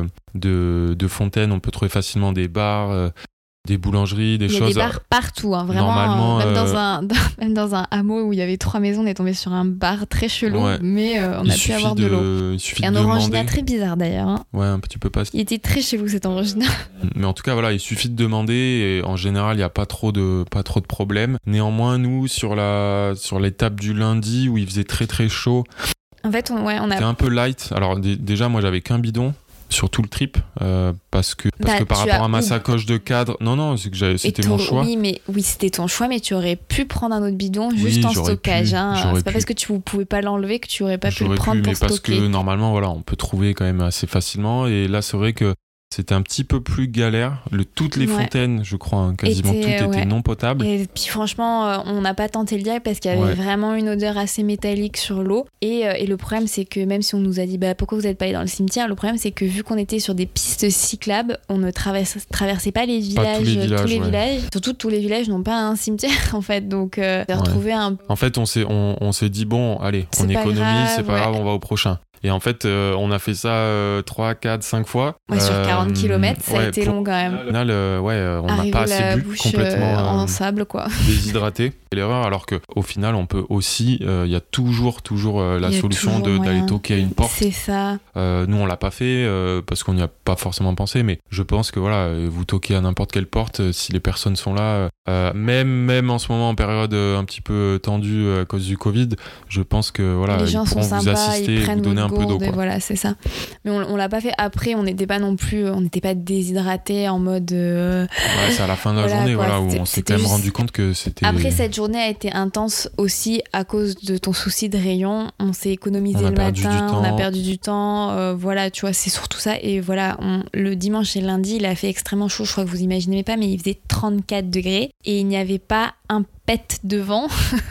de de fontaine, on peut trouver facilement des bars, euh, des boulangeries, des Il y a choses. des bars partout, hein, vraiment. Normalement, euh, même, euh, dans un, dans- même dans un hameau où il y avait trois maisons, on est tombé sur un bar très chelou, Ouais. mais euh, on il a pu suffit avoir de, l'eau. de, il suffit Et de un orangina demander. très bizarre d'ailleurs. Hein. Ouais, un petit peu pas. Il était très chelou cet orangina. Mais en tout cas, voilà, il suffit de demander et en général, il n'y a pas trop de, pas trop de problèmes. Néanmoins, nous, sur la, sur l'étape du lundi où il faisait très très chaud, En fait, on, ouais, on c'était a. un peu light. Alors, d- déjà, moi, j'avais qu'un bidon sur tout le trip euh, parce que, parce Bah, que par tu rapport as- à ma oui. sacoche de cadre, non, non, c'est que j'avais- Et c'était t'aurais- mon choix. Oui, mais oui, c'était ton choix, mais tu aurais pu prendre un autre bidon Oui, juste en j'aurais stockage. pu, Hein. j'aurais C'est pas pu. parce que tu pouvais pas l'enlever que tu aurais pas pu J'aurais le prendre pu, pour mais parce stocker. que normalement, voilà, on peut trouver quand même assez facilement. Et là, c'est vrai que c'était un petit peu plus galère. Le, toutes les Ouais. fontaines, je crois, hein, quasiment Était, toutes ouais. étaient non potables. Et puis franchement, euh, on n'a pas tenté le direct parce qu'il y avait Ouais. vraiment une odeur assez métallique sur l'eau. Et, euh, et le problème, c'est que même si on nous a dit bah, pourquoi vous n'êtes pas allé dans le cimetière, le problème, c'est que vu qu'on était sur des pistes cyclables, on ne traverse, traversait pas les villages. tous les villages, tous les ouais. villages. Surtout, tous les villages n'ont pas un cimetière en fait. Donc, euh, on a Ouais. retrouvé un. En fait, on s'est, on, on s'est dit, bon, allez, C'est on pas économise, grave, c'est pas ouais. grave, on va au prochain. Et en fait, euh, on a fait ça euh, trois, quatre, cinq fois. Ouais, sur quarante Euh, kilomètres, ça a ouais, été pour- long quand même. Au final, euh, ouais, euh, on n'a Arriver pas assez la bu, bouche complètement euh, en euh, sable, quoi. déshydraté. C'est l'erreur, alors qu'au final, on peut aussi, euh, il y a toujours, toujours euh, la Il y a solution toujours de, moyen. d'aller toquer à une porte. C'est ça. Euh, nous, on l'a pas fait euh, parce qu'on n'y a pas forcément pensé, mais je pense que voilà, euh, vous toquez à n'importe quelle porte, euh, si les personnes sont là, euh, même même en ce moment en période euh, un petit peu tendue euh, à cause du Covid, je pense que voilà, les gens ils sont pourront vous sympas, assister ils et prennent vous donner un votre peu d'eau. gourde, et Quoi. voilà, c'est ça. Mais on, on l'a pas fait après, on n'était pas non plus, on n'était pas déshydraté en mode. euh, Ouais, c'est à la fin de la Voilà, journée, quoi, voilà, où c'était- on s'est c'était quand même juste- rendu compte que c'était. Après, cette journée a été intense aussi à cause de ton souci de rayon. On s'est économisé On a le perdu du matin, on a temps. perdu du temps. euh, voilà, tu vois, c'est surtout ça. Et voilà, on- le dimanche et le lundi, il a fait extrêmement chaud. Je crois que vous imaginez pas, mais il faisait trente-quatre degrés et il n'y avait pas un pet de vent.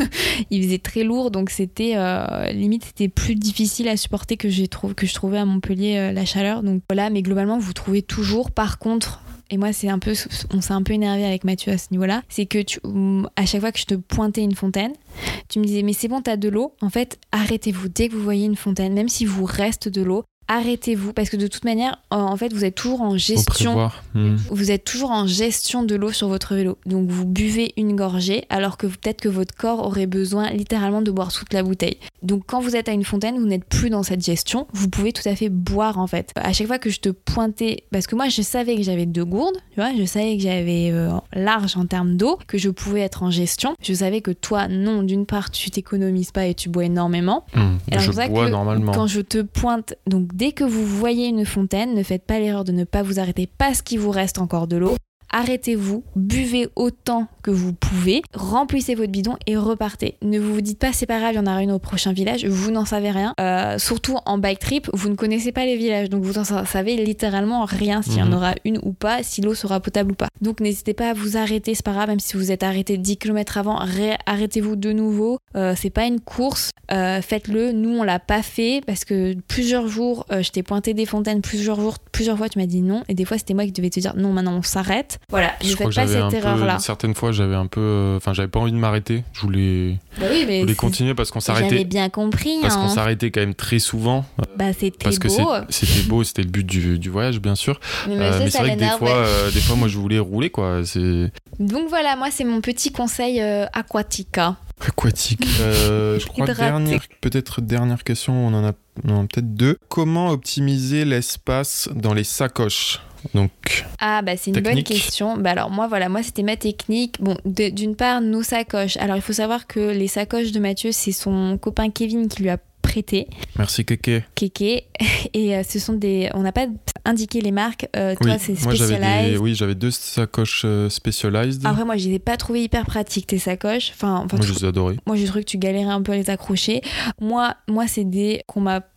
Il faisait très lourd, donc c'était euh, limite c'était plus difficile à supporter que j'ai trouvé que je trouvais à Montpellier euh, la chaleur. Donc voilà, mais globalement vous trouvez toujours. Par contre. Et moi, c'est un peu, on s'est un peu énervé avec Mathieu à ce niveau-là. C'est que tu, à chaque fois que je te pointais une fontaine, tu me disais, mais c'est bon, t'as de l'eau. En fait, arrêtez-vous. Dès que vous voyez une fontaine, même si vous reste de l'eau, arrêtez-vous. Parce que de toute manière, en fait, vous êtes toujours en Faut gestion. prévoir. Hmm. Vous êtes toujours en gestion de l'eau sur votre vélo. Donc, vous buvez une gorgée, alors que vous- peut-être que votre corps aurait besoin littéralement de boire toute la bouteille. Donc, quand vous êtes à une fontaine, vous n'êtes plus dans cette gestion. Vous pouvez tout à fait boire, en fait. À chaque fois que je te pointais, parce que moi, je savais que j'avais deux gourdes, tu vois, je savais que j'avais euh, large en termes d'eau, que je pouvais être en gestion. Je savais que toi, non, d'une part, tu t'économises pas et tu bois énormément. Hmm. Et alors, Je c'est pour ça bois que normalement. Quand je te pointe, donc dès que vous voyez une fontaine, ne faites pas l'erreur de ne pas vous arrêter parce qu'il vous reste encore de l'eau. Arrêtez-vous, buvez autant que vous pouvez, remplissez votre bidon et repartez. Ne vous dites pas c'est pas grave, il y en aura une au prochain village, vous n'en savez rien. Euh, surtout en bike trip, vous ne connaissez pas les villages, donc vous n'en savez littéralement rien s'il y en Mhm. aura une ou pas, si l'eau sera potable ou pas. Donc n'hésitez pas à vous arrêter, c'est pas grave, même si vous êtes arrêté dix kilomètres avant, ré- arrêtez-vous de nouveau. Euh, c'est pas une course, euh, faites-le. Nous on l'a pas fait parce que plusieurs jours, euh, je t'ai pointé des fontaines, plusieurs jours, plusieurs fois tu m'as dit non, et des fois c'était moi qui devais te dire non, maintenant on s'arrête. Voilà, ne Je crois faites que pas j'avais un cette peu, erreur-là. certaines fois, j'avais un peu, enfin, j'avais pas envie de m'arrêter. Je voulais, Bah oui, je mais voulais c'est- continuer parce qu'on j'avais s'arrêtait, bien compris. parce qu'on hein. s'arrêtait quand même très souvent. Bah c'était Parce que beau. c'est- c'était beau, c'était le but du, du voyage, bien sûr. Mais, Euh, ça, mais ça c'est vrai que des l'énervait. fois, euh, des fois, moi, je voulais rouler, quoi. C'est Donc voilà, moi c'est mon petit conseil euh, aquatica. aquatique. Euh, je crois que Hydraté. dernière, peut-être dernière question, on en a, on en a peut-être deux. Comment optimiser l'espace dans les sacoches? Donc, Ah bah c'est une bonne Technique. question. Bah alors moi voilà, moi c'était ma technique. Bon, de- d'une part nos sacoches. Alors il faut savoir que les sacoches de Mathieu, c'est son copain Kevin qui lui a prêté, merci Kéké. Kéké. Et euh, ce sont des, on n'a pas indiqué les marques. Euh, Oui, toi c'est moi j'avais des, Specialized. oui, j'avais deux sacoches euh, Specialized. Après moi je les ai pas trouvées hyper pratiques tes sacoches. Enfin, enfin moi, tu- je les ai adorées. moi j'ai trouvé que tu galérais un peu à les accrocher. Moi, moi c'est des qu'on m'a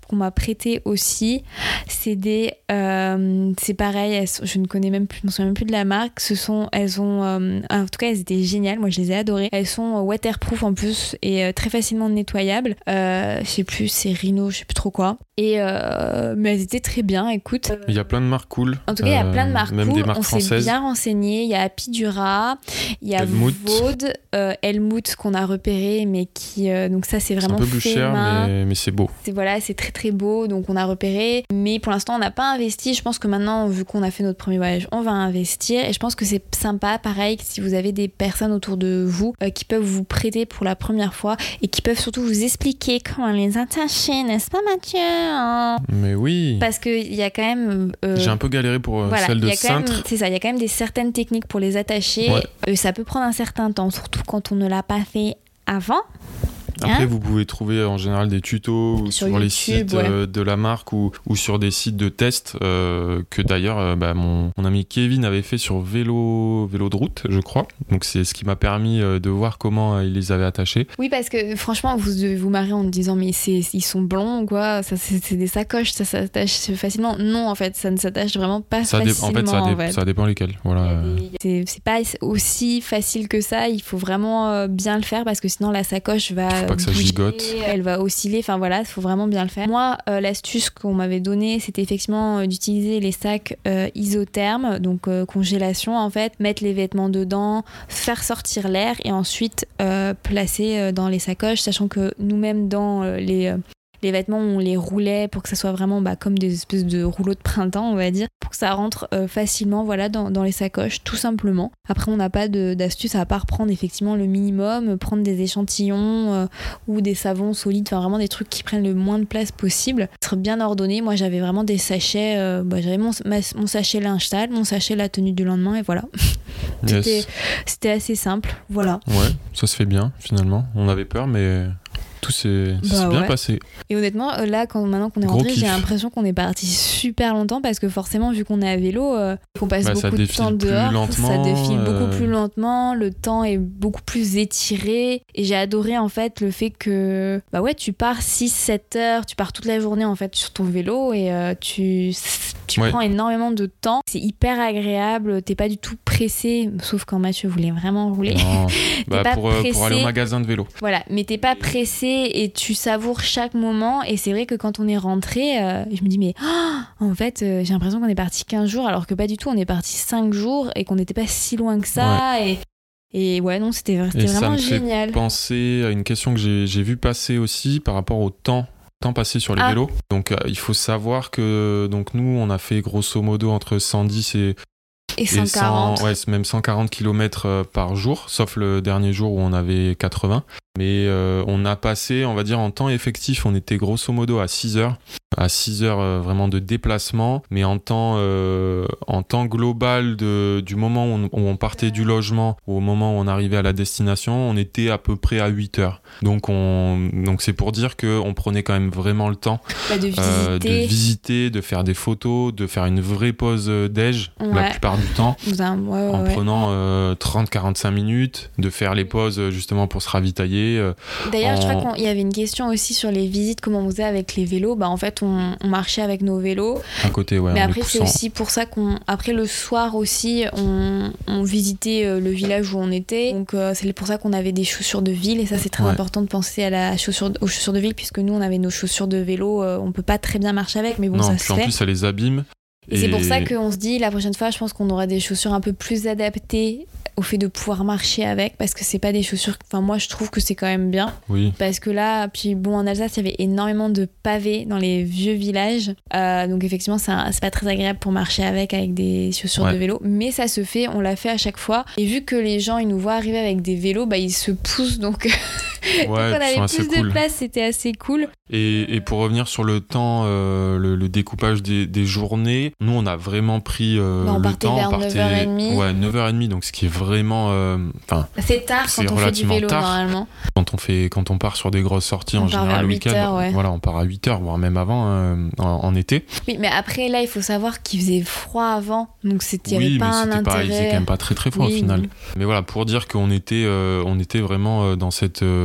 qu'on m'a prêtées aussi. C'est des, euh, c'est pareil, elles, je ne connais même plus, je me souviens même plus de la marque. Ce sont, elles ont, euh, en tout cas, elles étaient géniales. Moi, je les ai adorées. Elles sont waterproof en plus et euh, très facilement nettoyables. Euh, je sais plus, c'est Rhino, je sais plus trop quoi. Et euh, mais elles étaient très bien. Écoute. Il y a plein de marques cool. En tout cas, il y a plein de marques même cool. Des marques On françaises. s'est bien renseigné. Il y a Apidura, il y a Helmut. Vaude, euh, Helmut qu'on a repéré, mais qui euh, donc ça c'est vraiment c'est un peu plus fait cher, main. mais, mais c'est beau. C'est voilà, c'est très très beau, donc on a repéré. Mais pour l'instant, on n'a pas investi. Je pense que maintenant, vu qu'on a fait notre premier voyage, on va investir. Et je pense que c'est sympa, pareil, si vous avez des personnes autour de vous euh, qui peuvent vous prêter pour la première fois et qui peuvent surtout vous expliquer comment les attacher, n'est-ce pas, Mathieu, hein? Mais oui. Parce que il y a quand même. Euh, J'ai un peu galéré pour euh, voilà, celle de y a quand même- cintre. C'est ça, il y a quand même des certaines techniques pour les attacher. Ouais. Euh, ça peut prendre un certain temps, surtout quand on ne l'a pas fait avant. Après, Hein vous pouvez trouver en général des tutos Sur sur, les YouTube, sites ouais. euh, de la marque ou, ou sur des sites de test euh, que d'ailleurs euh, bah, mon, mon ami Kevin avait fait sur vélo, vélo de route, je crois. Donc c'est ce qui m'a permis euh, de voir comment euh, il les avait attachés. Oui, parce que franchement, vous devez vous marrer en disant mais c'est, ils sont blonds ou quoi, ça, c'est, c'est des sacoches, ça s'attache facilement. Non, en fait, ça ne s'attache vraiment pas Ça dé- facilement. en fait, ça, dé- en fait. ça dépend lesquels. Voilà. C'est, c'est pas aussi facile que ça, il faut vraiment euh, bien le faire parce que sinon la sacoche va Faut pas que ça bouger, gigote. elle va osciller, enfin voilà, il faut vraiment bien le faire. Moi, euh, l'astuce qu'on m'avait donnée, c'était effectivement euh, d'utiliser les sacs euh, isothermes, donc euh, congélation en fait, mettre les vêtements dedans, faire sortir l'air et ensuite euh, placer euh, dans les sacoches, sachant que nous-mêmes dans euh, les... Euh, les vêtements, on les roulait pour que ça soit vraiment bah, comme des espèces de rouleaux de printemps, on va dire, pour que ça rentre euh, facilement voilà, dans, dans les sacoches, tout simplement. Après, on n'a pas de, d'astuce à part prendre effectivement le minimum, prendre des échantillons euh, ou des savons solides, enfin vraiment des trucs qui prennent le moins de place possible. Être bien ordonné. Moi, j'avais vraiment des sachets, euh, bah, j'avais mon, ma, mon sachet linge sale, mon sachet la tenue du lendemain, et voilà. Yes. c'était, c'était assez simple, voilà. Ouais, ça se fait bien finalement. On avait peur, mais tout s'est, Bah s'est bien ouais. passé. Et honnêtement, là, quand, maintenant qu'on est Gros rentré, kiff. j'ai l'impression qu'on est parti super longtemps parce que forcément, vu qu'on est à vélo, euh, qu'on passe Bah, ça beaucoup de défile temps plus dehors, ça lentement, défile euh, beaucoup plus lentement, le temps est beaucoup plus étiré. Et j'ai adoré en fait le fait que, bah ouais, tu pars six sept heures, tu pars toute la journée en fait sur ton vélo et euh, tu, tu Ouais. prends énormément de temps. C'est hyper agréable, t'es pas du tout pressé, sauf quand Mathieu voulait vraiment rouler. Non. Bah, pas pour, euh, pour aller pressé. au magasin de vélo. Voilà, mais t'es pas pressé et tu savoures chaque moment. Et c'est vrai que quand on est rentré, euh, je me dis, mais oh, en fait, euh, j'ai l'impression qu'on est parti quinze jours, alors que pas du tout, on est parti cinq jours et qu'on n'était pas si loin que ça. Et, et ouais, non, c'était, c'était Et ça vraiment me fait génial. penser à une question que j'ai, j'ai vu passer aussi par rapport au temps. temps passé sur les Ah. vélos. Donc euh, il faut savoir que donc nous on a fait grosso modo entre cent dix et, Et et cent quarante. cent, ouais, c'est même cent quarante kilomètres par jour, sauf le dernier jour où on avait quatre-vingts. Mais euh, on a passé, on va dire en temps effectif, on était grosso modo à six heures. À six heures euh, vraiment de déplacement, mais en temps, euh, en temps global de, du moment où on, où on partait du logement au moment où on arrivait à la destination, on était à peu près à huit heures. Donc, on, donc c'est pour dire qu'on prenait quand même vraiment le temps Bah, de visiter. euh, de visiter, de faire des photos, de faire une vraie pause déj la Ouais. plupart du temps. Vous un- ouais, ouais, En ouais. prenant euh, trente à quarante-cinq minutes, de faire les pauses euh, justement pour se ravitailler. euh, D'ailleurs, je en- crois qu'il y avait une question aussi sur les visites, comment on faisait avec les vélos. Bah, en fait, on, on marchait avec nos vélos. à côté, ouais. Mais en les après, c'est poussant. aussi pour ça qu'on. Après, le soir aussi, on, on visitait euh, le village où on était. Donc, euh, c'est pour ça qu'on avait des chaussures de ville. Et ça, c'est très Ouais. important de penser à la chaussure, aux chaussures de ville, puisque nous, on avait nos chaussures de vélo. euh, on peut pas très bien marcher avec, mais bon, non, ça puis se en fait. plus, ça les abîme. Et, c'est pour ça qu'on se dit, la prochaine fois, je pense qu'on aura des chaussures un peu plus adaptées au fait de pouvoir marcher avec, parce que c'est pas des chaussures. Enfin, moi, je trouve que c'est quand même bien. Oui. Parce que là, puis bon, en Alsace, il y avait énormément de pavés dans les vieux villages. Euh, donc effectivement, c'est, un- c'est pas très agréable pour marcher avec, avec des chaussures Ouais. de vélo. Mais ça se fait, on l'a fait à chaque fois. Et vu que les gens, ils nous voient arriver avec des vélos, bah, ils se poussent. Donc, donc Ouais, on puis ils sont avait assez plus de cool. place, c'était assez cool. Et, et pour revenir sur le temps, euh, le, le découpage des, des journées, nous on a vraiment pris euh, Bah, on le partait temps. vers neuf heures trente. Ouais, neuf heures trente, donc ce qui est vraiment. Enfin, C'est tard C'est quand on fait du relativement vélo, tard. normalement. quand, on fait, quand on part sur des grosses sorties, On en part général vers le huit week-end, heures, ouais. voilà, on part à huit heures, voire même avant, euh, en, en été. Oui, mais après, là, il faut savoir qu'il faisait froid avant. Donc, c'était, il n'y Oui, avait pas mais un c'était pas, il faisait intérêt. quand même pas très très froid Oui, au final. oui. Mais voilà, pour dire qu'on était, euh, on était vraiment euh, dans cette, euh,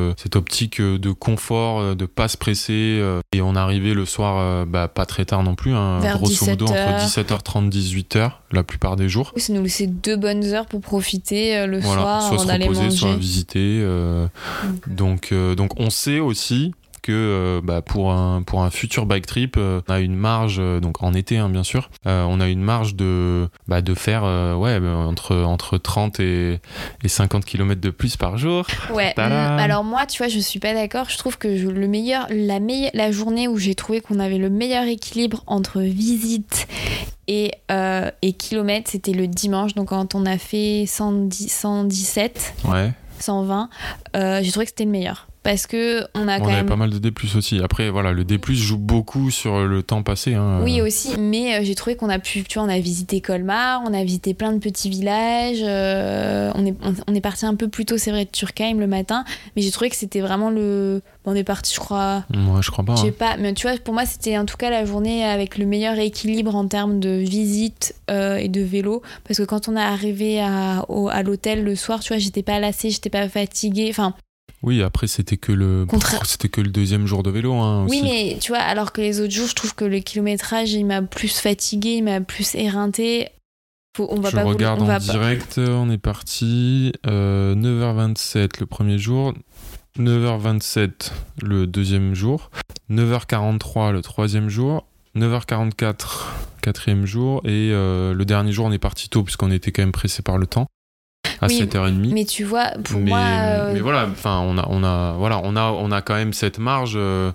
euh, cette optique de confort, de pas se presser. Euh, et on arrivait le soir, euh, bah, pas très tard non plus, hein, grosso modo entre dix-sept heures trente et dix-huit heures la plupart des jours. Oui, ça nous laissait deux bonnes heures pour profiter euh, le voilà, soir soit avant se d'aller reposer, manger. soit visiter. Euh, okay. donc, euh, donc on sait aussi que euh, bah, pour, un, pour un futur bike trip, euh, on a une marge, euh, donc en été hein, bien sûr, euh, on a une marge de, bah, de faire euh, ouais, bah, entre, entre trente et, et cinquante kilomètres de plus par jour. Ouais, Tada. Alors moi, tu vois, je suis pas d'accord. Je trouve que je, le meilleur, la, meille- la journée où j'ai trouvé qu'on avait le meilleur équilibre entre visite et, euh, et kilomètres, c'était le dimanche. Donc quand on a fait cent dix, cent dix-sept, ouais. cent vingt, euh, j'ai trouvé que c'était le meilleur. Parce que on a on quand avait même pas mal de D plus aussi. Après voilà, le D plus joue beaucoup sur le temps passé hein. Oui aussi, mais euh, j'ai trouvé qu'on a pu, tu vois, on a visité Colmar, on a visité plein de petits villages, euh, on est on, on est parti un peu plus tôt, c'est vrai, de Turkheim le matin, mais j'ai trouvé que c'était vraiment le bon, on est parti je crois moi je crois pas je sais hein. pas, mais tu vois, pour moi c'était en tout cas la journée avec le meilleur équilibre en termes de visite euh, et de vélo, parce que quand on est arrivé à au, à l'hôtel le soir, tu vois, j'étais pas lassée, j'étais pas fatiguée, enfin. Oui, après c'était que le Contra... c'était que le deuxième jour de vélo hein, aussi. Oui, mais tu vois, alors que les autres jours, je trouve que le kilométrage, il m'a plus fatigué, il m'a plus éreinté. Faut, on va je pas regarde vous, on en va direct, pas... on est parti euh, neuf heures vingt-sept le premier jour, neuf heures vingt-sept le deuxième jour, neuf heures quarante-trois le troisième jour, neuf heures quarante-quatre quatrième jour et euh, le dernier jour on est parti tôt puisqu'on était quand même pressé par le temps. À oui, sept heures trente. Mais tu vois, pour mais, moi. Euh... Mais voilà, enfin, on a, on a, voilà, on a, on a quand même cette marge. Euh,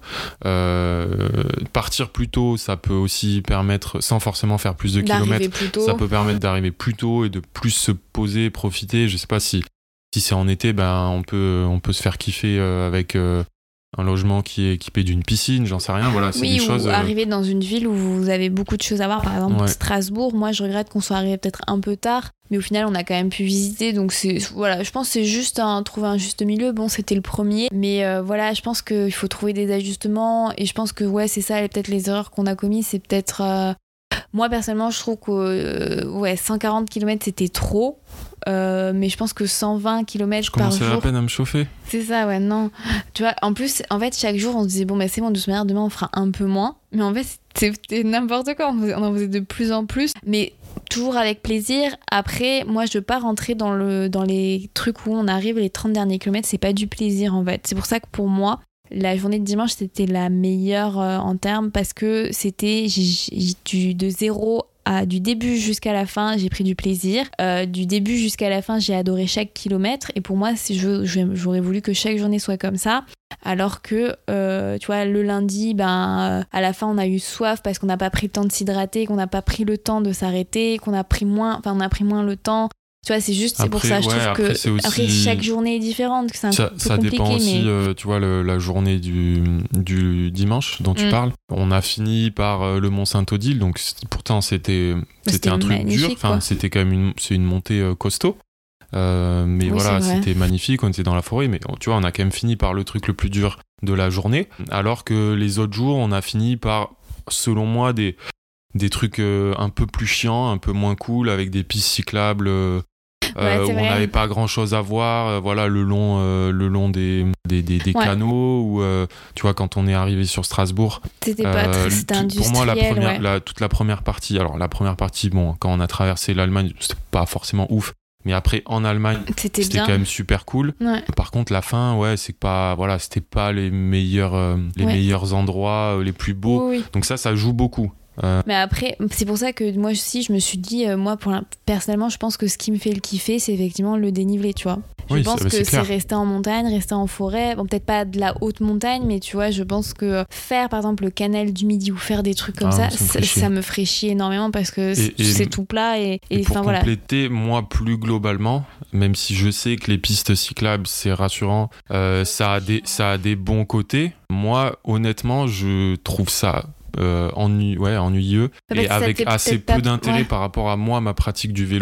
euh, partir plus tôt, ça peut aussi permettre, sans forcément faire plus de kilomètres, ça peut permettre d'arriver plus tôt et de plus se poser, profiter. Je sais pas si, si c'est en été, ben on peut, on peut se faire kiffer euh, avec. Euh, un logement qui est équipé d'une piscine, j'en sais rien, voilà, c'est oui, des ou choses... Euh... arriver dans une ville où vous avez beaucoup de choses à voir, par exemple ouais. Strasbourg, moi je regrette qu'on soit arrivé peut-être un peu tard, mais au final on a quand même pu visiter, donc c'est, voilà, je pense que c'est juste un, trouver un juste milieu, bon c'était le premier, mais euh, voilà, je pense qu'il faut trouver des ajustements, et je pense que ouais c'est ça, et peut-être les erreurs qu'on a commises, c'est peut-être... Euh... Moi personnellement je trouve que euh, ouais, cent quarante kilomètres c'était trop, Euh, mais je pense que cent vingt kilomètres par jour. Je commençais à peine à me chauffer. C'est ça, ouais, non. Tu vois, en plus, en fait, chaque jour, on se disait, bon, bah, c'est bon, de toute manière, demain, on fera un peu moins. Mais en fait, c'était n'importe quoi. On, faisait, on en faisait de plus en plus. Mais toujours avec plaisir. Après, moi, je veux pas rentrer dans, le, dans les trucs où on arrive, les trente derniers kilomètres, c'est pas du plaisir, en fait. C'est pour ça que pour moi, la journée de dimanche, c'était la meilleure euh, en termes parce que c'était j'ai, j'ai, du, de zéro à du début jusqu'à la fin, j'ai pris du plaisir. Euh, du début jusqu'à la fin, j'ai adoré chaque kilomètre. Et pour moi, si je, je, j'aurais voulu que chaque journée soit comme ça. Alors que, euh, tu vois, le lundi, ben, euh, à la fin, on a eu soif parce qu'on n'a pas pris le temps de s'hydrater, qu'on n'a pas pris le temps de s'arrêter, qu'on a pris moins, enfin, on a pris moins le temps. Tu vois, c'est juste, c'est après, pour ça, je ouais, trouve après, que aussi... après, chaque journée est différente, que c'est un ça, peu ça compliqué. Ça dépend aussi, mais... euh, tu vois, le, la journée du, du dimanche dont tu mmh. parles. On a fini par euh, le Mont Saint-Odile, donc pourtant c'était, c'était, c'était un truc dur. Enfin, c'était quand même une, c'est une montée euh, costaud. Euh, mais oui, voilà, c'était magnifique, on était dans la forêt, mais tu vois, on a quand même fini par le truc le plus dur de la journée, alors que les autres jours, on a fini par, selon moi, des, des trucs euh, un peu plus chiants, un peu moins cool, avec des pistes cyclables... Euh, Euh, ouais, où on n'avait pas grand chose à voir, euh, voilà, le long, euh, le long des, des, des, des ouais. canaux, ou euh, tu vois, quand on est arrivé sur Strasbourg, c'était pas euh, très, c'était industriel. Pour moi, la première, ouais. la, toute la première partie, alors la première partie, bon, quand on a traversé l'Allemagne, c'était pas forcément ouf, mais après en Allemagne, c'était, c'était quand même super cool. Ouais. Par contre, la fin, ouais, c'est pas, voilà, c'était pas les meilleurs, euh, les ouais. meilleurs endroits, euh, les plus beaux. Oui, oui. Donc ça, ça joue beaucoup. Euh... Mais après, c'est pour ça que moi aussi, je me suis dit, euh, moi, pour la... personnellement, je pense que ce qui me fait le kiffer, c'est effectivement le dénivelé, tu vois. Je oui, pense c'est, que c'est, c'est rester en montagne, rester en forêt. Bon, peut-être pas de la haute montagne, mais tu vois, je pense que faire, par exemple, le canal du Midi ou faire des trucs comme ah, ça, ça me, ça me ferait chier énormément parce que et, c'est, c'est tout plat. Et, et, et pour voilà. compléter, moi, plus globalement, même si je sais que les pistes cyclables, c'est rassurant, euh, ça, a des, ça a des bons côtés. Moi, honnêtement, je trouve ça... Euh, ennuy, ouais, ennuyeux et avec assez peu d'intérêt ouais. par rapport à moi, ma pratique du vélo.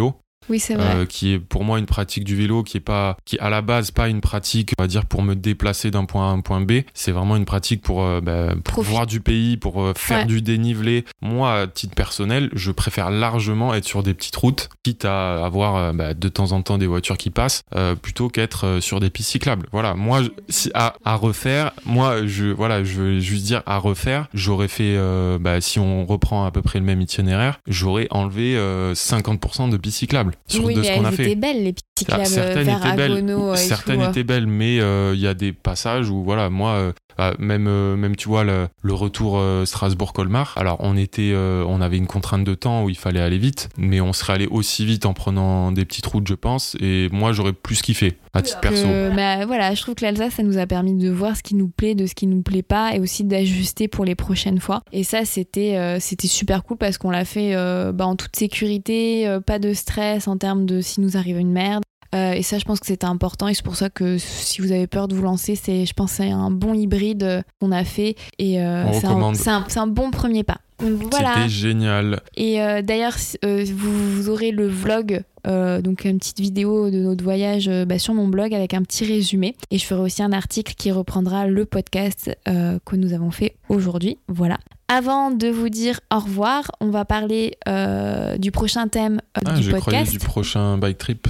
Oui, c'est vrai. Euh, qui est pour moi une pratique du vélo qui est pas, qui est à la base pas une pratique, on va dire, pour me déplacer d'un point A à un point B. C'est vraiment une pratique pour, euh, bah, pour voir du pays, pour euh, faire ouais. du dénivelé. Moi, à titre personnel, je préfère largement être sur des petites routes, quitte à avoir euh, bah, de temps en temps des voitures qui passent, euh, plutôt qu'être euh, sur des pistes cyclables. Voilà, moi, je, si, à, à refaire, moi, je, voilà, je veux juste dire à refaire, j'aurais fait, euh, bah, si on reprend à peu près le même itinéraire, j'aurais enlevé euh, cinquante pour cent de pistes cyclables sur oui, de ce qu'on a fait. Oui, mais elles étaient belles, les pistes cyclables, ah, certaines vers étaient belles, Agono et certaines tout, étaient belles, mais il euh, y a des passages où, voilà, moi, euh, ah, même, euh, même tu vois, le, le retour euh, Strasbourg-Colmar, alors on était, euh, on avait une contrainte de temps où il fallait aller vite, mais on serait allé aussi vite en prenant des petites routes, je pense, et moi, j'aurais plus kiffé, à titre perso. Euh, bah, voilà, je trouve que l'Alsace, ça nous a permis de voir ce qui nous plaît, de ce qui nous plaît pas, et aussi d'ajuster pour les prochaines fois. Et ça, c'était, euh, c'était super cool parce qu'on l'a fait euh, bah, en toute sécurité, euh, pas de stress en termes de si nous arrive une merde. Euh, et ça, je pense que c'était important, et c'est pour ça que si vous avez peur de vous lancer, c'est, je pense que c'est un bon hybride euh, qu'on a fait, et euh, c'est, un, c'est, un, c'est un bon premier pas. Donc, voilà. C'était génial. Et euh, d'ailleurs, euh, vous, vous aurez le vlog, euh, donc une petite vidéo de notre voyage euh, bah, sur mon blog avec un petit résumé. Et je ferai aussi un article qui reprendra le podcast euh, que nous avons fait aujourd'hui. Voilà. Avant de vous dire au revoir, on va parler euh, du prochain thème euh, ah, du je podcast. Croyais du prochain bike trip.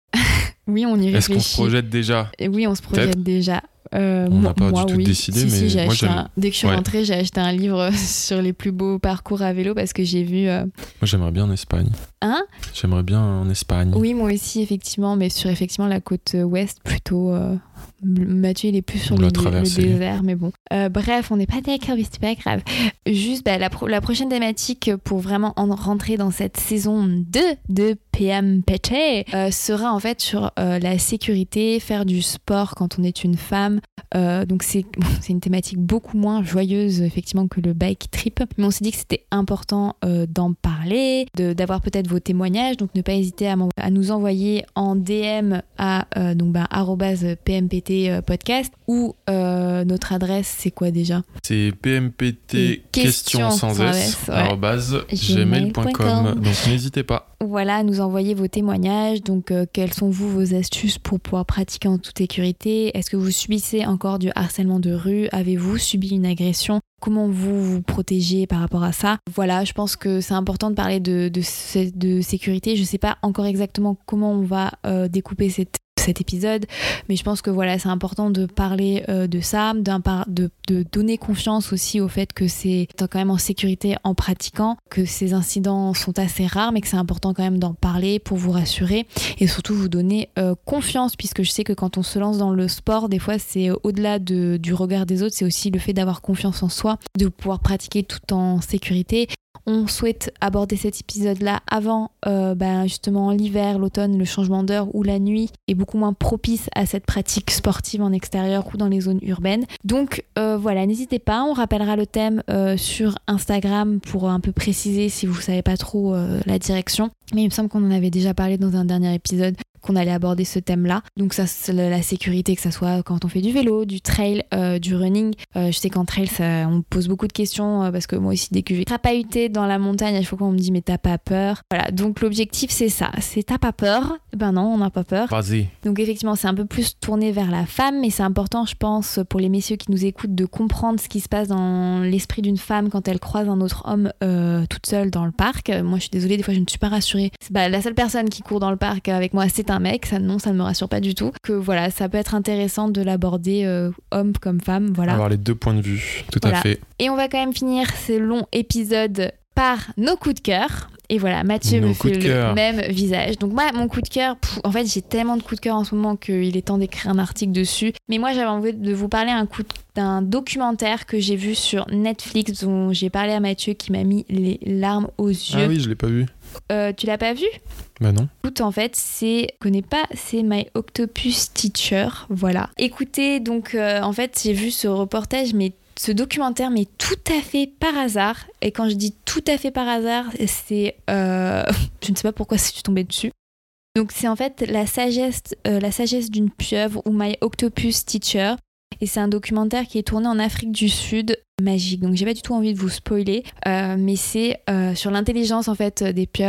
Oui, on y réfléchit. Est-ce qu'on se projette déjà ? Et oui, on se projette Peut-être. déjà. Euh, on n'a moi, pas moi, du tout oui. décidé, si, mais si, j'ai moi acheté j'aime... un... dès que je suis ouais. rentrée, j'ai acheté un livre sur les plus beaux parcours à vélo parce que j'ai vu. Euh... Moi, j'aimerais bien en Espagne. Hein ? J'aimerais bien en Espagne. Oui, moi aussi, effectivement, mais sur effectivement la côte ouest plutôt. Euh... Mathieu, il est plus sur le, le désert, mais bon. Euh, bref, on n'est pas d'accord, mais c'est pas grave. Juste, bah, la, pro- la prochaine thématique pour vraiment en rentrer dans cette saison deux de P M P T euh, sera en fait sur euh, la sécurité, faire du sport quand on est une femme. Euh, donc c'est, bon, c'est une thématique beaucoup moins joyeuse effectivement que le bike trip, mais on s'est dit que c'était important euh, d'en parler, de, d'avoir peut-être vos témoignages, donc ne pas hésiter à, à nous envoyer en D M à euh, donc bah, arobase P M P T podcast ou euh, notre adresse c'est quoi déjà ? C'est pmpt questions sans s arobase gmail point com. Donc n'hésitez pas. Voilà, nous envoyer vos témoignages. Donc euh, quelles sont vous vos astuces pour pouvoir pratiquer en toute sécurité ? Est-ce que vous subissez encore du harcèlement de rue ? Avez-vous subi une agression ? Comment vous vous protégez par rapport à ça ? Voilà, je pense que c'est important de parler de, de, de sécurité. Je ne sais pas encore exactement comment on va euh, découper cette cet épisode, mais je pense que voilà, c'est important de parler euh, de ça, d'un par- de, de donner confiance aussi au fait que c'est quand même en sécurité en pratiquant, que ces incidents sont assez rares, mais que c'est important quand même d'en parler pour vous rassurer et surtout vous donner euh, confiance, puisque je sais que quand on se lance dans le sport, des fois c'est euh, au-delà de, du regard des autres, c'est aussi le fait d'avoir confiance en soi, de pouvoir pratiquer tout en sécurité. On souhaite aborder cet épisode-là avant euh, ben justement l'hiver, l'automne, le changement d'heure où la nuit est beaucoup moins propice à cette pratique sportive en extérieur ou dans les zones urbaines. Donc euh, voilà, n'hésitez pas, on rappellera le thème euh, sur Instagram pour un peu préciser si vous ne savez pas trop euh, la direction. Mais il me semble qu'on en avait déjà parlé dans un dernier épisode, qu'on allait aborder ce thème-là. Donc ça, c'est la sécurité, que ça soit quand on fait du vélo, du trail, euh, du running. Euh, je sais qu'en trail, ça, on me pose beaucoup de questions euh, parce que moi aussi, dès que j'ai crapahuté dans la montagne, il faut qu'on me dise mais t'as pas peur. Voilà, donc l'objectif c'est ça, c'est t'as pas peur. Ben non, on n'a pas peur. Vas-y. Donc effectivement, c'est un peu plus tourné vers la femme, mais c'est important, je pense, pour les messieurs qui nous écoutent, de comprendre ce qui se passe dans l'esprit d'une femme quand elle croise un autre homme euh, toute seule dans le parc. Moi, je suis désolée, des fois, je ne suis pas rassurée. Bah, la seule personne qui court dans le parc avec moi, c'est un mec. Ça, non, ça ne me rassure pas du tout. Que voilà, ça peut être intéressant de l'aborder euh, homme comme femme. Voilà. Avoir les deux points de vue, tout voilà. à fait. Et on va quand même finir ces longs épisodes par nos coups de cœur. Et voilà, Mathieu nos me fait le même visage. Donc moi, mon coup de cœur, pff, en fait, j'ai tellement de coups de cœur en ce moment qu'il est temps d'écrire un article dessus. Mais moi, j'avais envie de vous parler un coup de, d'un documentaire que j'ai vu sur Netflix, dont j'ai parlé à Mathieu, qui m'a mis les larmes aux yeux. Ah oui, je l'ai pas vu. Euh, tu l'as pas vu ? Bah non. Écoute, en fait, c'est, je connais pas, c'est My Octopus Teacher, voilà. Écoutez, donc euh, en fait, j'ai vu ce reportage, mais ce documentaire, mais tout à fait par hasard. Et quand je dis tout à fait par hasard, c'est, euh, je ne sais pas pourquoi je suis tombée dessus. Donc c'est en fait la sagesse, euh, la sagesse d'une pieuvre ou My Octopus Teacher. Et c'est un documentaire qui est tourné en Afrique du Sud, magique. Donc j'ai pas du tout envie de vous spoiler, euh, mais c'est euh, sur l'intelligence en fait des pieuvres.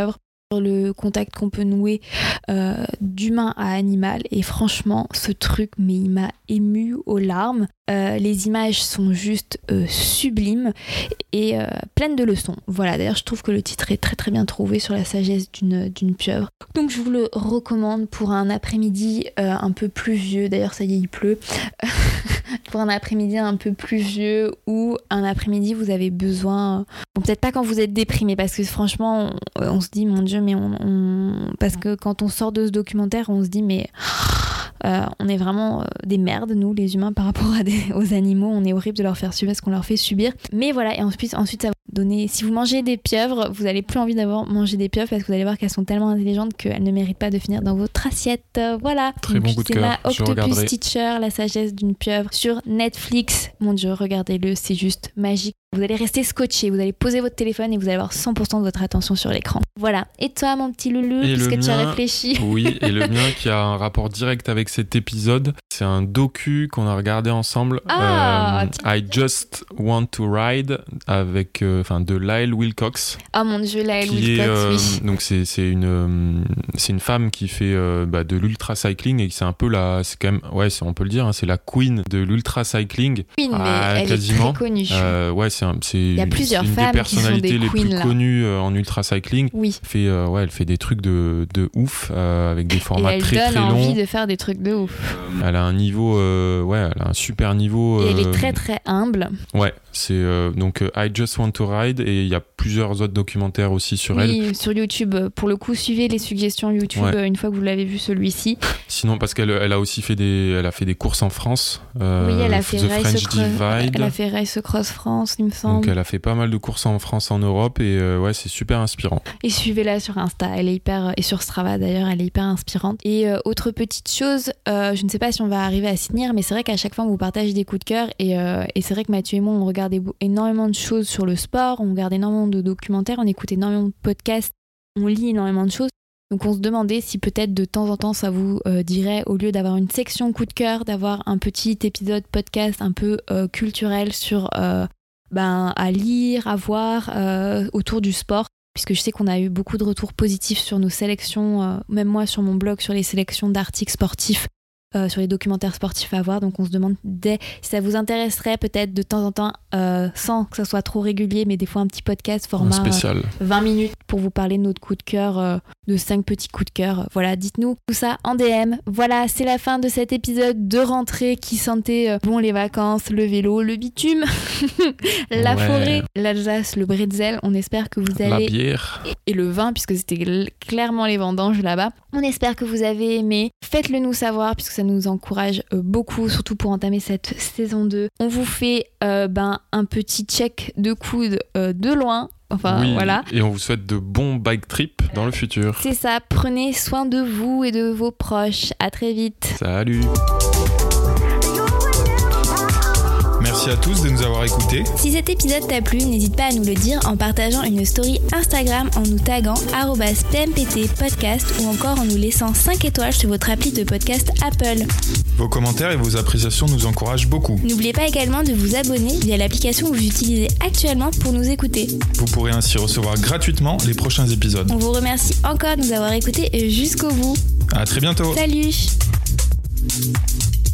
le contact qu'on peut nouer euh, d'humain à animal. Et franchement, ce truc, mais il m'a émue aux larmes. Euh, les images sont juste euh, sublimes et euh, pleines de leçons. Voilà, d'ailleurs, je trouve que le titre est très très bien trouvé sur la sagesse d'une, d'une pieuvre. Donc, je vous le recommande pour un après-midi euh, un peu pluvieux. D'ailleurs, ça y est, il pleut. Pour un après-midi un peu pluvieux ou un après-midi, vous avez besoin... Bon, peut-être pas quand vous êtes déprimé, parce que franchement, on, on se dit, mon Dieu, mais on, on... Parce que quand on sort de ce documentaire, on se dit, mais... Euh, on est vraiment euh, des merdes, nous, les humains, par rapport à des, aux animaux. On est horrible de leur faire subir ce qu'on leur fait subir. Mais voilà, et ensuite, ensuite ça va vous donner... Si vous mangez des pieuvres, vous n'allez plus envie d'avoir mangé des pieuvres parce que vous allez voir qu'elles sont tellement intelligentes qu'elles ne méritent pas de finir dans votre assiette. Euh, voilà. Très bon coup de cœur. C'est ma Octopus Teacher, la sagesse d'une pieuvre, sur Netflix. Mon Dieu, regardez-le, c'est juste magique. Vous allez rester scotché, vous allez poser votre téléphone et vous allez avoir cent pour cent de votre attention sur l'écran. Voilà. Et toi, mon petit loulou, qu'est-ce que mien, tu as réfléchi ? Oui, et le mien qui a un rapport direct avec cet épisode, c'est un docu qu'on a regardé ensemble. Ah, euh, I Just Want to Ride avec, enfin, euh, de Lyle Wilcox. Ah mon Dieu, Lyle Wilcox, est, euh, oui. Donc c'est c'est une euh, c'est une femme qui fait euh, bah, de l'ultra cycling et c'est un peu la, c'est quand même, ouais, c'est, on peut le dire, hein, c'est la queen de l'ultra cycling. Queen, ah, mais elle quasiment. est très connue. Euh, ouais, c'est, un, c'est il y a plusieurs une femmes des personnalités qui sont des les queens, plus là. connues euh, en ultra cycling. Oui. Elle fait, euh, ouais, elle fait des trucs de de ouf euh, avec des formats et elle très donne très longs. envie de faire des trucs de ouf. Elle a un niveau, euh, ouais, elle a un super niveau. Et elle euh, est très très humble. Ouais, c'est euh, donc euh, I Just Want to Ride et il y a plusieurs autres documentaires aussi sur oui, elle. Oui, sur YouTube. Pour le coup, suivez les suggestions YouTube ouais. une fois que vous l'avez vu celui-ci. Sinon, parce qu'elle elle a aussi fait des, elle a fait des courses en France. Euh, oui, elle a fait The Race French Divide. Elle a fait Race Cross France, il me semble. Donc elle a fait pas mal de courses en France, en Europe et euh, ouais, c'est super inspirant. Et suivez-la sur Insta, elle est hyper, et sur Strava d'ailleurs, elle est hyper inspirante. Et euh, autre petite chose, euh, je ne sais pas si on va arriver à s'y tenir, mais c'est vrai qu'à chaque fois on vous partage des coups de cœur et, euh, et c'est vrai que Mathieu et moi on regarde énormément de choses sur le sport, on regarde énormément de documentaires, on écoute énormément de podcasts, on lit énormément de choses. Donc on se demandait si peut-être de temps en temps ça vous euh, dirait, au lieu d'avoir une section coup de cœur, d'avoir un petit épisode podcast un peu euh, culturel sur euh, ben, à lire, à voir euh, autour du sport. Puisque je sais qu'on a eu beaucoup de retours positifs sur nos sélections, euh, même moi sur mon blog, sur les sélections d'articles sportifs, euh, sur les documentaires sportifs à voir. Donc on se demande si ça vous intéresserait peut-être de temps en temps, euh, sans que ça soit trop régulier, mais des fois un petit podcast format spécial. Euh, vingt minutes pour vous parler de notre coup de cœur, euh, de cinq petits coups de cœur. Voilà, dites-nous tout ça en D M. Voilà, c'est la fin de cet épisode de rentrée qui sentait euh, bon les vacances, le vélo, le bitume, la ouais. forêt, l'Alsace, le bretzel. On espère que vous allez... La bière. Et, et le vin, puisque c'était clairement les vendanges là-bas. On espère que vous avez aimé. Faites-le nous savoir, puisque ça nous encourage euh, beaucoup, surtout pour entamer cette saison deux. On vous fait euh, ben, un petit check de coude euh, de loin. Enfin, oui, voilà. Et on vous souhaite de bons bike trips dans le futur. C'est ça, prenez soin de vous et de vos proches. À très vite. Salut. Merci à tous de nous avoir écoutés. Si cet épisode t'a plu, n'hésite pas à nous le dire en partageant une story Instagram en nous taguant arobase P M P T podcast ou encore en nous laissant cinq étoiles sur votre appli de podcast Apple. Vos commentaires et vos appréciations nous encouragent beaucoup. N'oubliez pas également de vous abonner via l'application que vous utilisez actuellement pour nous écouter. Vous pourrez ainsi recevoir gratuitement les prochains épisodes. On vous remercie encore de nous avoir écoutés jusqu'au bout. À très bientôt. Salut.